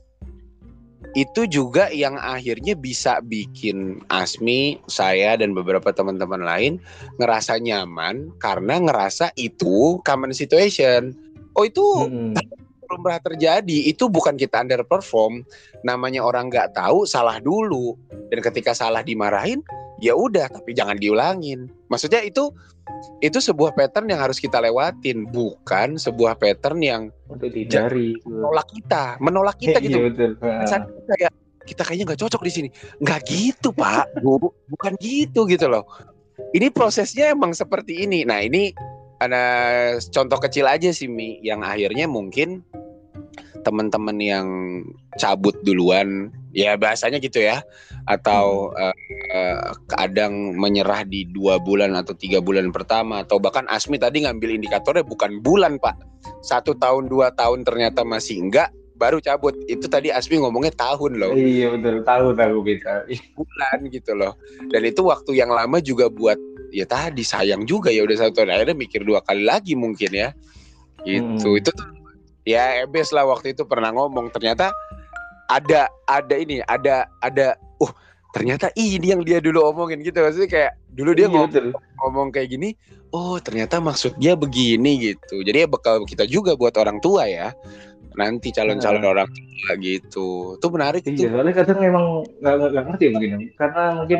itu juga yang akhirnya bisa bikin Asmi, saya dan beberapa teman-teman lain ngerasa nyaman karena ngerasa itu common situation. Oh itu mm-mm. belum pernah terjadi, itu bukan kita underperform. Namanya orang nggak tahu, salah dulu. Dan ketika salah dimarahin, ya udah, tapi jangan diulangin. Maksudnya itu itu sebuah pattern yang harus kita lewatin, bukan sebuah pattern yang Untuk dihindari. menolak kita, menolak kita gitu. Iya betul. Rasanya kayak kita kayaknya nggak cocok di sini. Nggak gitu Pak, Bu, bukan gitu gitu loh. Ini prosesnya emang seperti ini. Nah ini ada contoh kecil aja sih Mi, yang akhirnya mungkin teman-teman yang cabut duluan, ya bahasanya gitu ya, atau hmm. uh, uh, kadang menyerah di dua bulan atau tiga bulan pertama, atau bahkan Asmi tadi ngambil indikatornya bukan bulan Pak, satu tahun dua tahun ternyata masih enggak, baru cabut. Itu tadi Asmi ngomongnya tahun loh. Iya betul, tahun aku bisa. Bulan gitu loh. Dan itu waktu yang lama juga buat ya tadi sayang juga ya udah satu tahun, akhirnya mikir dua kali lagi mungkin ya. Gitu. Hmm. Itu tuh ya Ebes lah waktu itu pernah ngomong, ternyata ada ada ini, ada ada uh ternyata ini yang dia dulu omongin gitu. Maksudnya kayak dulu dia ngomong, ngomong kayak gini, oh ternyata maksud dia begini gitu. Jadi ya bekal kita juga buat orang tua ya. Nanti calon-calon nah. orang tua gitu. Itu menarik iya, tuh. Iya, soalnya kadang memang nggak nggak ngerti mungkin, karena mungkin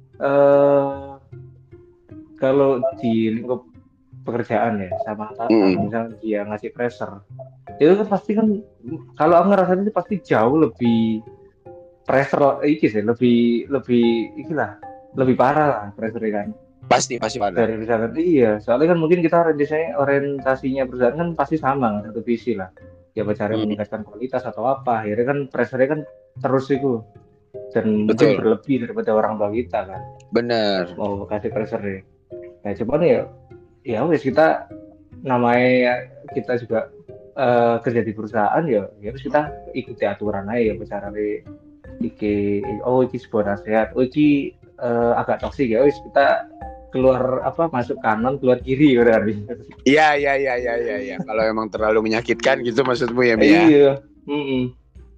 uh, kalau di lingkup pekerjaan ya sama atasan, mm. misalnya dia ngasih pressure, itu kan pasti kan, kalau aku ngerasain itu pasti jauh lebih pressure iki sih, lebih lebih ikilah, lebih parah lah pressure kan. Pasti pasti parah. Dari misalkan iya, soalnya kan mungkin kita orientasinya orientasinya perusahaan kan pasti sama kan, satu visi lah. Ya cara hmm. meningkatkan kualitas atau apa, akhirnya kan pressure-nya kan terus itu, dan betul. Mungkin berlebih daripada orang tua kita kan. Benar. Mau kasih pressure. Nah cuman ya, ya wes kita namanya kita juga uh, kerja di perusahaan ya, ya harus kita ikuti aturan aja ya, bicara di iki, oh iki sebuah nasihat, oh iki uh, agak toksik ya, wes kita keluar apa masuk kanan keluar kiri berarti. Iya iya iya iya iya ya. Kalau emang terlalu menyakitkan gitu maksudmu ya, Mia? Iya. Mm-mm.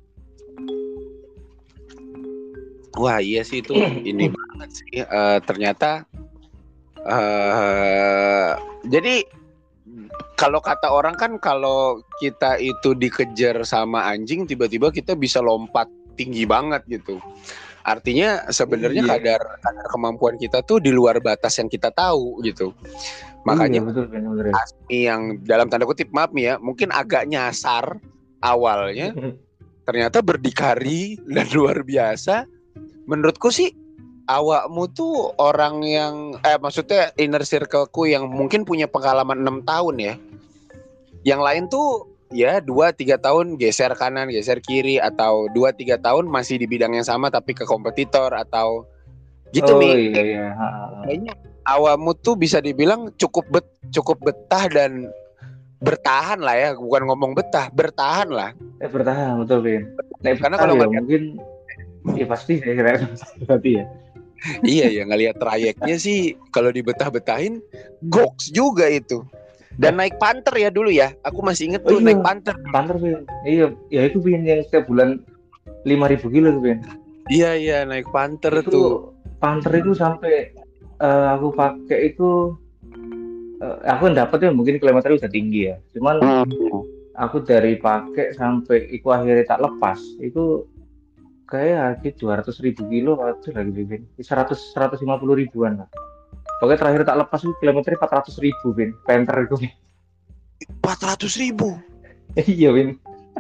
Wah iya sih itu ini banget sih. Uh, ternyata uh, jadi kalau kata orang kan kalau kita itu dikejar sama anjing tiba-tiba kita bisa lompat tinggi banget gitu. Artinya sebenarnya iya. kadar kadar kemampuan kita tuh di luar batas yang kita tahu gitu. Makanya iya, betul, betul. Asmi yang dalam tanda kutip maaf ya, mungkin agak nyasar awalnya, ternyata berdikari dan luar biasa. Menurutku sih awakmu tuh orang yang eh maksudnya inner circleku yang mungkin punya pengalaman enam tahun ya. Yang lain tuh ya dua tiga tahun geser kanan, geser kiri, atau dua tiga tahun masih di bidang yang sama tapi ke kompetitor atau gitu oh, Mi. Iya, iya. Kayaknya awakmu tuh bisa dibilang cukup bet, cukup betah dan bertahan lah ya, bukan ngomong betah, bertahan lah. Eh bertahan betul Bin. Nah, karena kalau ya, mungkin ya pasti ya berarti ya. Iya ya, ngelihat trayeknya sih kalau dibetah-betahin goks juga itu. Dan naik Panther ya dulu ya. Aku masih inget Oh, tuh iya. naik Panther. Panther Vin. Iya, ya itu Vin yang setiap bulan lima ribu kilo tuh Vin. Iya iya naik Panther Itu tuh. Panther itu sampai uh, aku pakai itu uh, aku dapetnya mungkin kilometernya udah tinggi ya. Cuman Hmm. aku dari pakai sampai iku akhirnya tak lepas itu kayak harga dua ratus ribu kilo atau lagi Vin. seratus seratus lima puluh ribuan lah. Pokoknya terakhir tak lepas itu kilometernya empat ratus ribu Vin. Panther itu. empat ratus ribu. Iya Vin.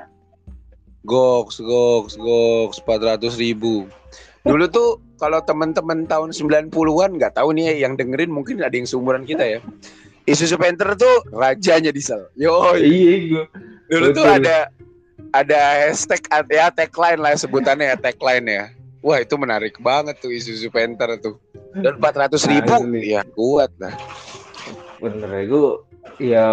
Goks, goks, goks, empat ratus ribu. Dulu tuh kalau teman-teman tahun sembilan puluhan nggak tahu nih yang dengerin mungkin ada yang seumuran kita ya. Isuzu Panther tuh rajanya diesel. Yo. Iya itu. Dulu tuh ada ada hashtag ya tagline lah sebutannya ya tagline ya. Wah itu menarik banget tuh Isuzu Panther tuh. Dan empat ratus ribu nah, ya kuat lah. Bener itu ya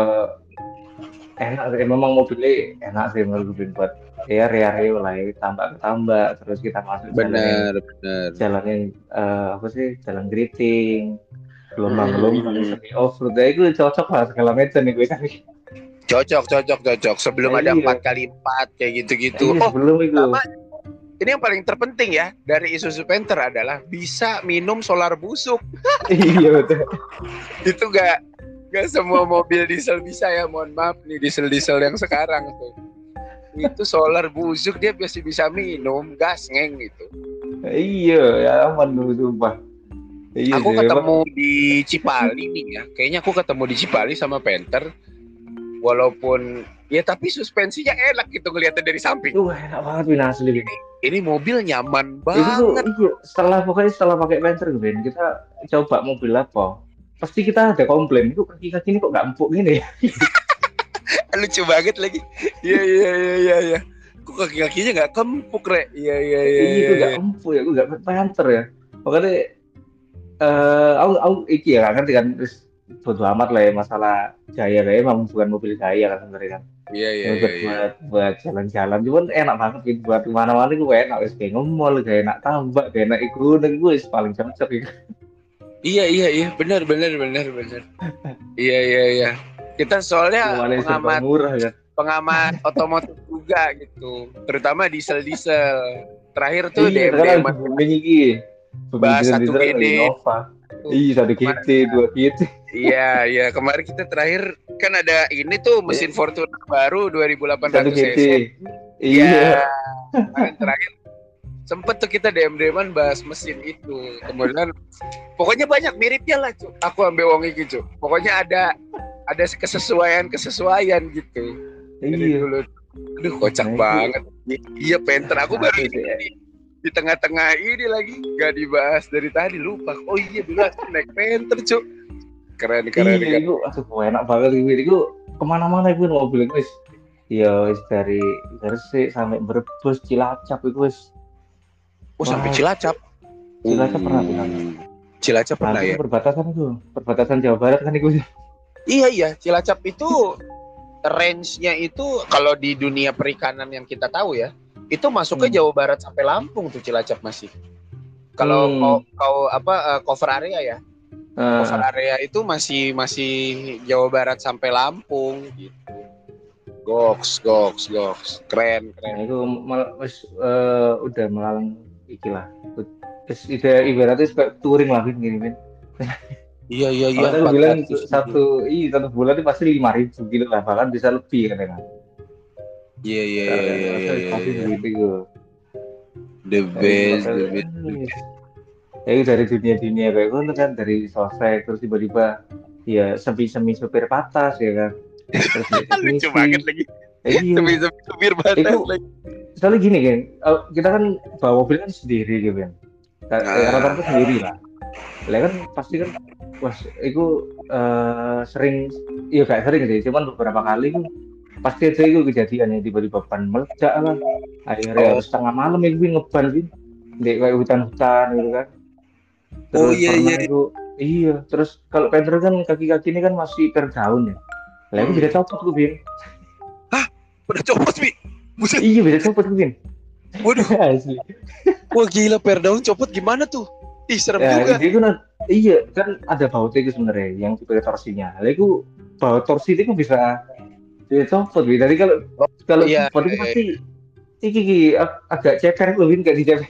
enak sih. Memang mobilnya enak sih menurut gue buat ya area-area lah ya tambah tambah terus kita masuk benar jalan benar jalannya uh, apa sih jalan geriting gelombang-gelombang hmm. semi off road itu cocok lah segala macam nih gue kan cocok cocok cocok sebelum eh, ada empat kali empat kayak gitu-gitu eh, oh sebelum itu sama, ini yang paling terpenting ya dari Isuzu Panther adalah bisa minum solar busuk. Iya betul. Itu gak gak semua mobil diesel bisa ya, mohon maaf nih diesel-diesel yang sekarang tuh. Itu solar busuk dia biasa bisa minum gas ngeng gitu. Iya ya aman tuh sumpah. Iya, aku ketemu emang. Di Cipali nih ya. Kayaknya aku ketemu di Cipali sama Panther. Walaupun ya tapi suspensinya enak gitu ngeliatnya dari samping. Tuh enak banget Win asli. Ini, ini mobil nyaman banget. Itu tuh, iya, setelah pokoknya setelah pakai Panther Win, kita coba mobil apa? Pasti kita ada komplain. Itu kaki-kaki ini kok nggak empuk gini ya? Lucu banget lagi. Iya iya iya iya iya. Kok kaki-kakinya nggak kempuk rek? Iya iya iya. Iya nggak kempuk ya, gue nggak Panther ya. Makanya eh aku aku iki ya nggak ngerti kan terus bodo amat lah ya masalah gaya kayak emang bukan mobil gaya kan sebenarnya kan. Iya iya buat, iya. Buat buat jalan-jalan cuman enak banget gitu buat kemana-mana gue enak wes kayak ngemol kayak enak tambak kayak enak ikut dan gue paling cocok gitu. Iya iya iya benar benar benar benar. Iya iya iya. Kita soalnya Lumayan pengamat murah kan. Pengamat otomotif juga gitu, terutama diesel-diesel. Terakhir tuh iya, D M D ini bahas satu G D. Iya satu G D, dua G D. Iya iya kemarin kita terakhir kan ada ini tuh mesin Fortuner baru dua ribu delapan ratus cc. Iya. Kemarin terakhir sempet tuh kita D M D-an bahas mesin itu. Kemudian pokoknya banyak miripnya lah cu. Aku ambil wong iki cu. Pokoknya ada ada kesesuaian-kesesuaian gitu. Iya. Dari dulu. Aduh kocak nah, banget. Iya Panther aku baru ini di, di tengah-tengah ini lagi gak dibahas dari tadi lupa. Oh iya dulu aku naik Panther cu. Keren keren. Iya itu aduh enak banget itu. Itu kemana-mana itu mobil itu wis. Ya wis dari Gresik sampai Brebes Cilacap itu wis. Oh wah, sampai Cilacap. Cilacap uh, pernah bukan? Cilacap pernah ya. Perbatasan itu, perbatasan Jawa Barat kan itu. Iya iya Cilacap itu range-nya itu kalau di dunia perikanan yang kita tahu ya, itu masuk ke hmm. Jawa Barat sampai Lampung tuh Cilacap masih. Kalau hmm. kau, kau apa uh, cover area ya, uh. cover area itu masih masih Jawa Barat sampai Lampung gitu. Goks goks goks keren keren. Nah, itu mal- mas, uh, udah melalang ikilah. Terus ibaratnya seperti touring lagi gini kan. Iya iya iya. Kalau bilang satu iya satu bulan itu pasti lima ribu gitu lah bahkan bisa lebih kan kan. Iya iya iya iya iya. Pasti begitu. The best the best. Ya dari dunia-dunia kayak gitu kan dari sosmed terus tiba-tiba ya semi-semi supir patas ya kan. Terus lucu banget lagi. Semi-semi supir patas lagi. Soalnya gini kan, kita kan bawa mobil kan sendiri gitu kan. Rata-rata sendiri lah. Lah kan pasti kan wah, itu uh, sering, iya gak sering sih, cuman beberapa kali itu pasti aja itu kejadian ya tiba-tiba ban meledak lah, akhirnya oh. setengah malam itu ngeban sih, di kayak hutan-hutan gitu kan. Terus oh iya iya. Itu, iya, terus kalau Panther kan kaki-kaki ini kan masih terdaun ya, lah itu bisa copot tuh Bin. Hah? Udah copot Bin? Buset. Iya bisa copot Bin. Waduh. Asli. Wah gila per daun copot gimana tuh? Ih serem ya, juga. Itu kan, iya kan ada bautnya itu sebenarnya yang tipe torsinya. Lalu itu bawa torsi itu bisa dia copot gitu. Jadi kalau kalau Iya, copot itu pasti iki iki ag- agak ceper gue gak diceper.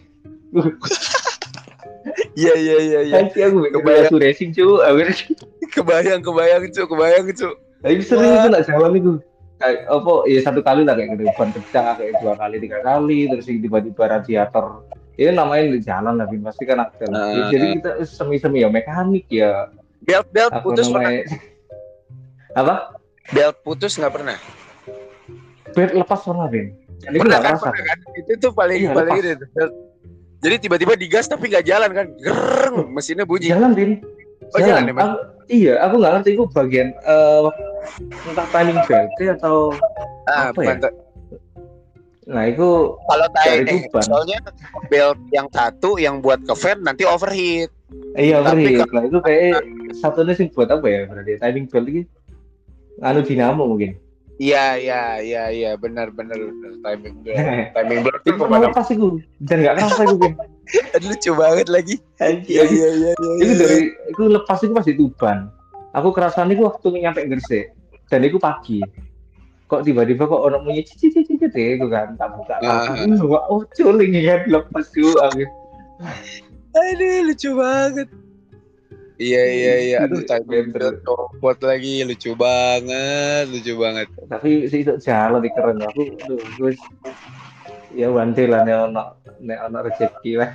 iya, iya, iya, iya. Nanti aku mikir Kebayang, lagu racing cuy. Akhirnya kebayang, kebayang cu, kebayang cu. tapi sering itu Wah, nak jalan itu. Kayak apa ya satu kali lah kayak gitu ban pecah kayak dua kali tiga kali terus tiba-tiba radiator ini namanya di jalan lah Vin. Pasti kan ada lah. Ya, jadi eh, kita semi-semi ya mekanik ya belt belt apa putus pernah? namanya apa Belt putus nggak pernah? bed lepas warna Vin. Dan itu Pernah nggak kan, kerasa pernah kan? kan? Itu tuh paling Iya paling lepas. ini. Belt. Jadi tiba-tiba digas tapi nggak jalan kan? Gereng, Loh, mesinnya bunyi. jalan Vin. Oh jalan Jalan. ya mas? Aku, iya, aku nggak ngerti itu bagian eh, entah timing belt atau Ah, apa ya. bukan. Nah itu Kalau dari tai, Tuban. soalnya belt yang satu yang buat ke fan nanti overheat. Eh, iya Tapi overheat. kalau Nah itu kayak satunya sih buat apa ya berarti timing belt ini anu dinamo mungkin. iya iya iya iya benar benar benar timing belt. Timing belt Itu tuh pernah kemana? lepas itu dan nggak kerasa itu Vin. Lucu banget lagi. Anjir, Iya anjir. iya iya iya. Itu iya. dari itu lepas itu pasti Tuban. Aku kerasan itu waktu nyampe Gresik dan itu pagi. Kok tiba-tiba kok orang punya cici cici cici deh itu kan tak buka Ah, kartu uh, wah oh culing kan lepas tuh aku aduh lucu banget. Iya iya iya. Aduh timing belt bener copot lagi lucu banget lucu banget. tapi sih itu jalan di keren aku aduh gue ya wanti lah nih ono nih ono rezeki lah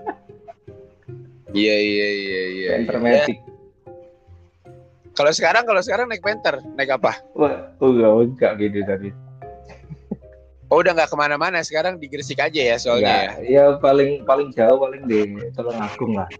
Iya iya iya iya. Panther iya. Ya. Matic Kalau sekarang kalau sekarang naik Panther naik apa? wah enggak enggak gitu tadi Oh udah nggak kemana-mana sekarang di Gresik aja ya soalnya enggak ya. ya paling paling jauh paling di Tulungagung lah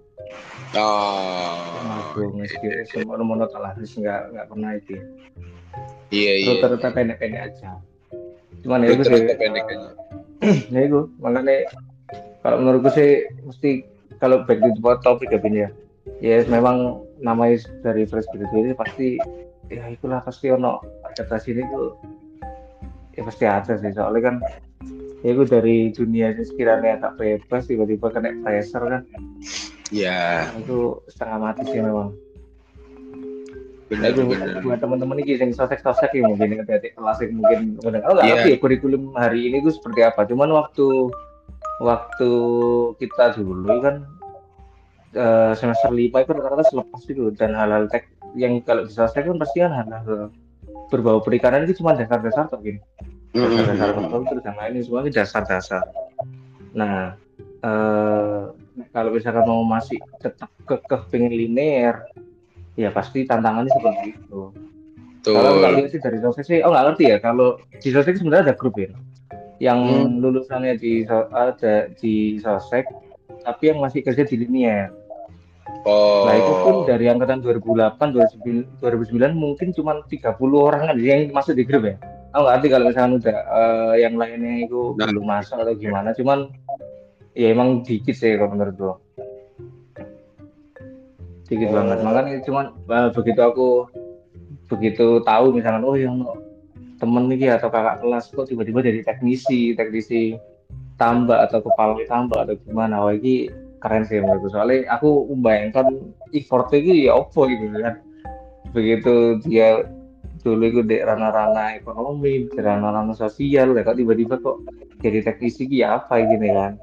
Oh Tulungagung meski semua mono kalah terus enggak enggak pernah itu iya iya. rute-rute pendek-pendek aja cuman ya itu sih Rute-rute pendek aja. ya itu makanya kalau menurutku sih mesti kalau back to the topik ya Bin ya ya memang namanya dari fresh graduate ini pasti ya itulah pasti ono adaptasi ini tuh ya pasti ada sih soalnya kan ya itu dari dunia ini sekiranya agak bebas tiba-tiba kena pressure kan Iya nah, itu setengah mati sih memang nah, benar itu benar. buat teman-teman ini yang sosek-sosek ya mungkin hati-hati kelas yang mungkin mendengar oh nggak Iya ngerti ya kurikulum hari ini tuh seperti apa cuman waktu waktu kita dulu kan eh, semester lima itu rata-rata selepas itu dan hal-hal tek yang kalau diselesaikan kan pasti kan hal-hal berbau perikanan itu cuma dasar-dasar tuh gini dasar-dasar tertentu dan lainnya semuanya dasar-dasar nah eh, kalau misalkan mau masih tetap kekeh pengen linear ya pasti tantangannya seperti itu kalau tak betul. lihat sih dari sosmed sih oh nggak ngerti ya kalau di sosmed sebenarnya ada grup ya yang Hmm. lulusannya di so- ada di sosmed tapi yang masih kerja di linear. Nah itu pun Oh dari angkatan dua ribu delapan, dua ribu sembilan, dua ribu sembilan mungkin cuma tiga puluh orang kan yang masuk di grup ya. Aku nggak ngerti kalau misalnya udah eh, yang lainnya itu nah belum masuk atau gimana. Cuman ya emang dikit sih kalau menurut gua. Dikit banget. oh Makanya cuman eh, begitu aku begitu tahu misalnya oh yang temen nih atau kakak kelas kok tiba-tiba jadi teknisi, teknisi tambak atau kepala tambak atau gimana. Wah ini keren sih menurutku. Soalnya aku membayangkan effortnya itu ya opo gitu kan. Begitu dia dulu itu di ranah-ranah ekonomi, di ranah-ranah sosial, ya kok tiba-tiba kok jadi teknisi ki ya apa gini kan?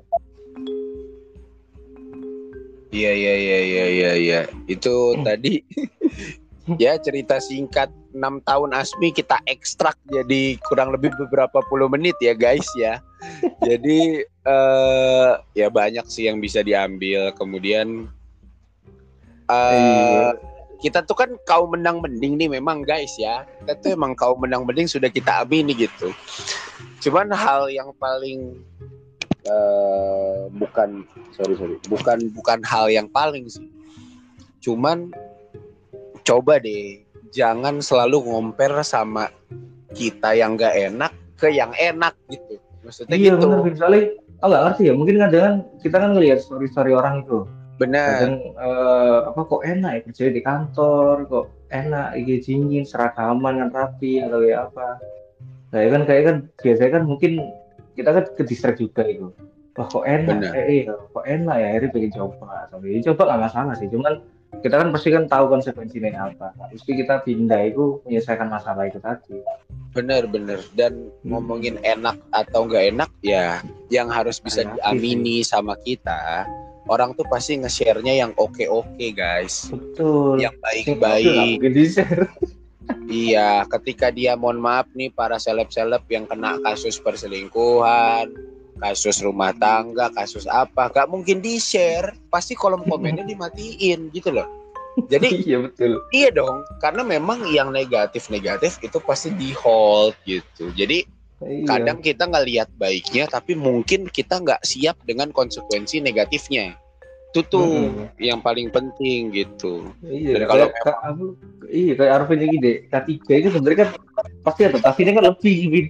iya iya iya iya iya iya. Itu tadi ya cerita singkat enam tahun Asmi kita ekstrak jadi kurang lebih beberapa puluh menit ya guys ya. Jadi eh, ya banyak sih yang bisa diambil. Kemudian eh, Iya, kita tuh kan kaum menang mending nih memang guys ya. Kita tuh emang kaum menang mending sudah kita amini gitu. Cuman hal yang paling eh, bukan sorry sorry bukan bukan hal yang paling sih. Cuman coba deh jangan selalu ngomper sama kita yang gak enak ke yang enak gitu. Maksudnya iya gitu. bener Vin. Soalnya oh nggak ngerti ya, mungkin kadang kita kan ngelihat story-story orang itu. Benar. Kadang eh, apa kok enak ya kerja di kantor, kok enak iki dingin, seragaman kan rapi atau ya apa. Nah, ya kan kayak kan biasanya kan mungkin kita kan ke distract juga itu. Wah kok enak, Benar. eh iya, kok enak ya, akhirnya pengen coba. Tapi coba nggak masalah sih, cuman kita kan pasti kan tahu konsekuensinya apa. Pasti kita pindah itu menyelesaikan masalah itu tadi. Bener-bener. Dan Hmm. ngomongin enak atau nggak enak ya, yang harus bisa Relatif diamini sama kita, orang tuh pasti nge-share-nya yang oke-oke guys, Betul. yang Sing oke nggak baik-baik. mungkin di-share. Iya, ketika dia mohon maaf nih para seleb-seleb yang kena kasus perselingkuhan, kasus rumah tangga, kasus apa, gak mungkin di-share, pasti kolom komennya dimatiin gitu loh. Jadi Iya betul. iya dong, karena memang yang negatif-negatif itu pasti di-hold gitu. Jadi Iya. kadang kita nggak lihat baiknya, tapi mungkin kita nggak siap dengan konsekuensi negatifnya. Itu tuh Mm-mm. yang paling penting gitu. Iya. Dan kalau Kayak ka- aku, iya kayak Arvin yang ide K tiga itu sebenarnya kan pasti adaptasinya kan lebih Win.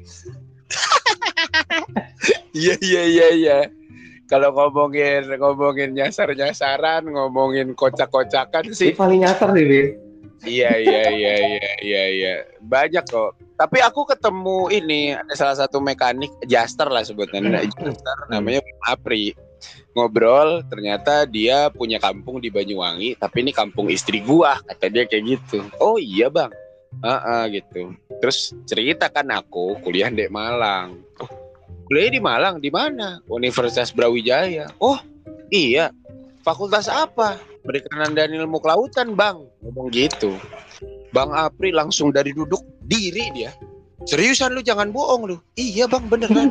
iya iya iya iya. Kalau ngomongin ngomongin nyasar-nyasaran, ngomongin kocak-kocakan Ini sih, paling nyasar sih Win. iya iya iya iya iya iya. Banyak kok. Tapi aku ketemu ini ada salah satu mekanik Jaster lah sebutnya. Jaster namanya Apri. Ngobrol, ternyata dia punya kampung di Banyuwangi, tapi ini kampung istri gua, kata dia kayak gitu. Oh iya bang, uh gitu. Terus cerita kan aku kuliah di Malang. Oh, kuliah di Malang di mana? Universitas Brawijaya. Oh iya, fakultas apa? Perikanan dan Ilmu Kelautan bang. Ngomong gitu. Bang Apri langsung dari duduk diri dia. Seriusan lu, jangan bohong lu. Iya bang, beneran.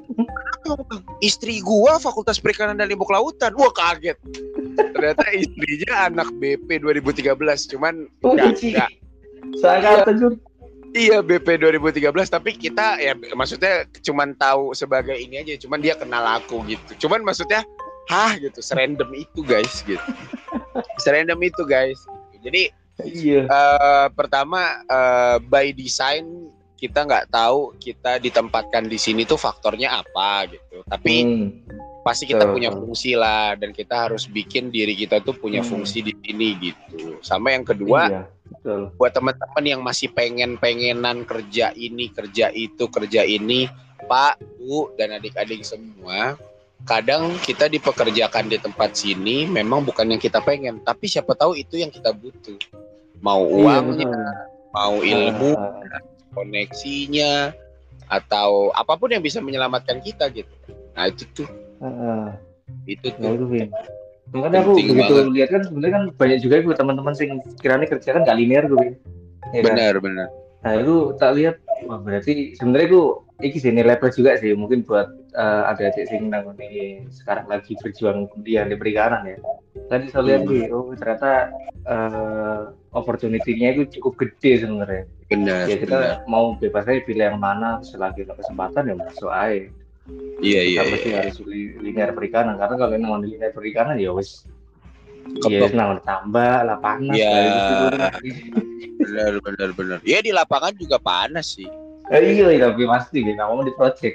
Istri gua Fakultas Perikanan dan Ilmu Kelautan. Wah kaget. Ternyata istrinya anak B P dua ribu tiga belas. Cuman Oh, enggak, iya. enggak. Sangat tajur. Iya B P dua ribu tiga belas. Tapi kita ya maksudnya cuman tahu sebagai ini aja. Cuman dia kenal aku gitu. Cuman maksudnya hah gitu. Serandom itu guys gitu. Serandom itu guys. Jadi Iya. uh, pertama uh, by design kita nggak tahu kita ditempatkan di sini tuh faktornya apa gitu. Tapi Hmm. pasti kita Betul, punya betul. fungsi lah, dan kita harus bikin diri kita tuh punya Hmm. fungsi di sini gitu. Sama yang kedua, Iya, betul. buat teman-teman yang masih pengen-pengenan kerja ini, kerja itu, kerja ini, Pak, Bu, dan adik-adik semua, kadang kita dipekerjakan di tempat sini memang bukan yang kita pengen, tapi siapa tahu itu yang kita butuh. Mau uangnya, Iya, mau ilmu, uh, koneksinya, atau apapun yang bisa menyelamatkan kita gitu. Nah itu tuh, uh, itu ya tuh itu Vin. Makanya aku penting begitu banget. lihat kan sebenarnya kan banyak juga itu teman-teman sing kiranya kerja kan gak linear gue Vin. Ya kan? Benar, benar. Nah itu tak lihat, wah berarti sebenarnya itu iki sih nilai plus juga sih mungkin buat uh, adik-adik sing nang ini sekarang lagi berjuang kuliah di perikanan ya. Tadi saya lihat Hmm. nih, oh ternyata uh, opportunity-nya itu cukup gede sebenarnya. Benar, Ya kita benar. mau bebas aja pilih yang mana, selagi ada kesempatan ya masuk aja. Iya, iya, Kita iya. pasti harus li- linear perikanan karena kalau ini mau linear perikanan ya wis Kebab. ya senang tambah lah panas Ya, lah itu turun. benar, benar, benar. Ya di lapangan juga panas sih. Eh, iya tapi pasti kita mau di project.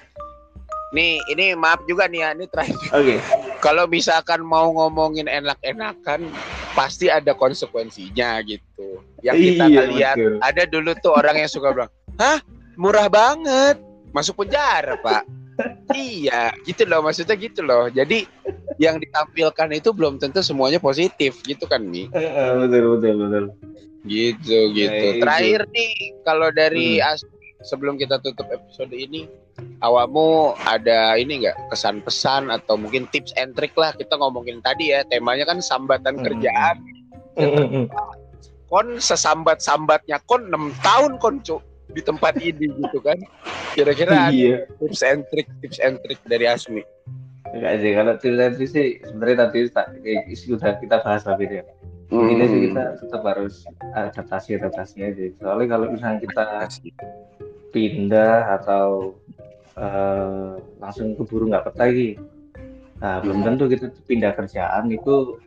Nih, ini maaf juga nih ya, ini terakhir. Oke. Kalau misalkan mau ngomongin enak-enakan, pasti ada konsekuensinya gitu. Yang kita Iya, lihat, betul. ada dulu tuh orang yang suka bilang, hah, murah banget, masuk penjara pak. Iya, gitu loh, maksudnya gitu loh. Jadi yang ditampilkan itu belum tentu semuanya positif, gitu kan Mi? Eh, eh, betul betul betul. Gitu, gitu. Nah, itu. Terakhir nih, kalau dari Hmm. As, sebelum kita tutup episode ini, awakmu ada ini nggak kesan pesan atau mungkin tips and trick lah, kita ngomongin tadi ya, temanya kan sambatan Hmm. kerjaan. Hmm, hmm, hmm. Kon sesambat-sambatnya kon enam tahun kon cuk di tempat ini gitu kan. Kira-kira ada Iya. tips and trick, tips and trick dari Asmi. Enggak sih kalau tips sih sebenarnya tadi tak- eh, sudah kita bahas tapi ya. Intinya sih kita tetap harus adaptasi adaptasi aja. Soalnya kalau misalnya kita pindah atau eh, langsung keburu nggak betah lagi, nah belum tentu kita pindah kerjaan itu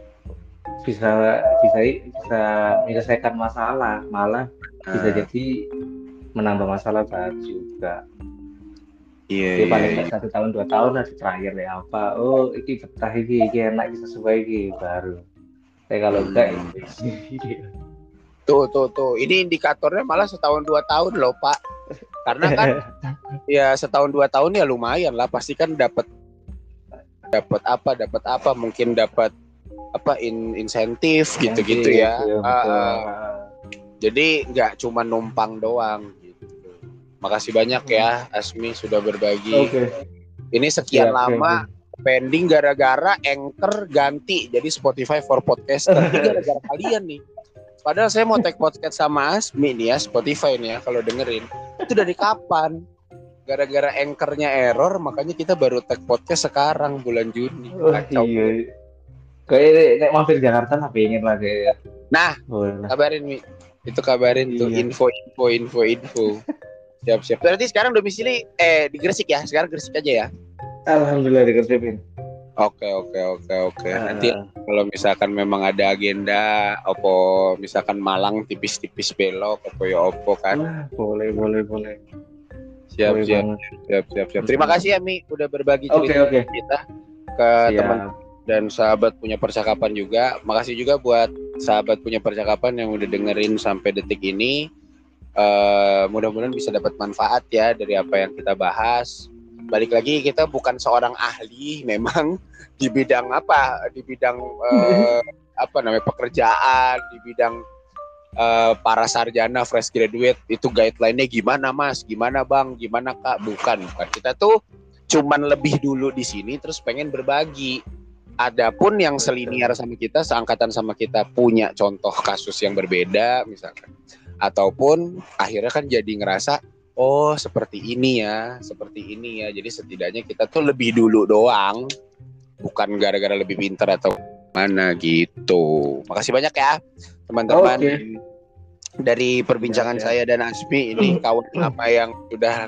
bisa bisa bisa menyelesaikan masalah, malah bisa Ah, jadi menambah masalah baru juga. iya, Jadi iya, paling iya. nggak satu tahun dua tahun lah terakhir ya apa, oh ini betah ini, ini enak, ini sesuai ini baru. Tapi kalau enggak, Hmm. ya, Tuh, tuh, tuh. Ini indikatornya malah setahun dua tahun loh, Pak. Karena kan ya setahun dua tahun ya lumayan lah. Pasti kan dapat dapat apa, dapat apa, mungkin dapat apa in, insentif Insentif, gitu-gitu ya. ya, Uh, uh, jadi nggak cuma numpang doang gitu. Makasih banyak ya Asmi sudah berbagi. Oke. Ini sekian Siap, lama siap. pending gara-gara Anchor ganti jadi Spotify for podcaster. Ini gara-gara kalian nih. Padahal saya mau take podcast sama Asmi nih ya, Spotify nih ya kalau dengerin. Itu dari kapan? Gara-gara Anchor-nya error, makanya kita baru take podcast sekarang bulan Juni. Oh, iya. Kayak nek mampir Jakarta lah pengen lah kayak. Nah, boleh. Kabarin Mi. Itu kabarin iya. Tuh info info info info. Siap-siap. Berarti sekarang domisili eh di Gresik ya? Sekarang Gresik aja ya? Alhamdulillah di Gresik. Oke oke oke oke. Uh, Nanti kalau misalkan memang ada agenda, opo misalkan Malang tipis-tipis belok, opo ya opo kan? Uh, boleh boleh boleh. Siap boleh siap, siap siap siap. Terima kasih ya Mi, udah berbagi cerita okay, okay. kita ke siap. Teman dan sahabat punya percakapan juga. Makasih juga buat sahabat punya percakapan yang udah dengerin sampai detik ini. Uh, mudah-mudahan bisa dapat manfaat ya dari apa yang kita bahas. Balik lagi kita bukan seorang ahli memang di bidang apa di bidang uh, apa namanya pekerjaan di bidang uh, para sarjana fresh graduate itu guideline-nya gimana Mas, gimana Bang, gimana Kak, bukan bukan kita tuh cuman lebih dulu di sini terus pengen berbagi. Adapun yang selinier sama kita, seangkatan sama kita punya contoh kasus yang berbeda misalkan, ataupun akhirnya kan jadi ngerasa oh seperti ini ya, seperti ini ya. Jadi setidaknya kita tuh lebih dulu doang, bukan gara-gara lebih pintar atau mana gitu. Makasih banyak ya teman-teman okay. Dari perbincangan ya, ya. Saya dan Asmi ini kawan lama yang sudah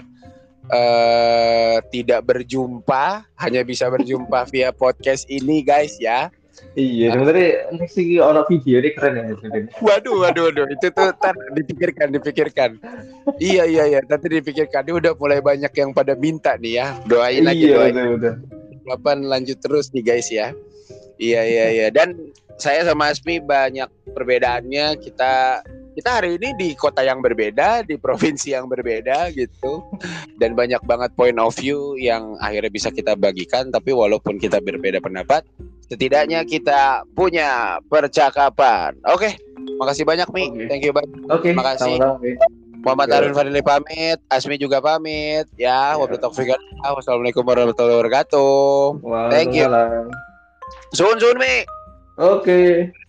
uh, tidak berjumpa, hanya bisa berjumpa via podcast ini guys ya. Iya, sebenarnya ini sih orang video ini keren ya sebenarnya. Waduh, waduh, waduh, itu tuh tar dipikirkan, dipikirkan. Iya, iya, iya, nanti dipikirkan. Ini udah mulai banyak yang pada minta nih ya. Doain iya, lagi, doain. Udah, udah. Kapan lanjut terus nih guys ya. Iya, iya, iya. Dan saya sama Asmi banyak perbedaannya. Kita kita hari ini di kota yang berbeda, di provinsi yang berbeda gitu. Dan banyak banget point of view yang akhirnya bisa kita bagikan. Tapi walaupun kita berbeda pendapat, setidaknya kita punya percakapan. Oke, makasih banyak Mi. Okay. Thank you banget. Oke. Okay, makasih. Muhammad Arun Fadili pamit, Asmi juga pamit. Ya, wabillahi taufiq. Wassalamualaikum warahmatullahi wabarakatuh. Thank you. Sun sun Mi. Oke. Okay.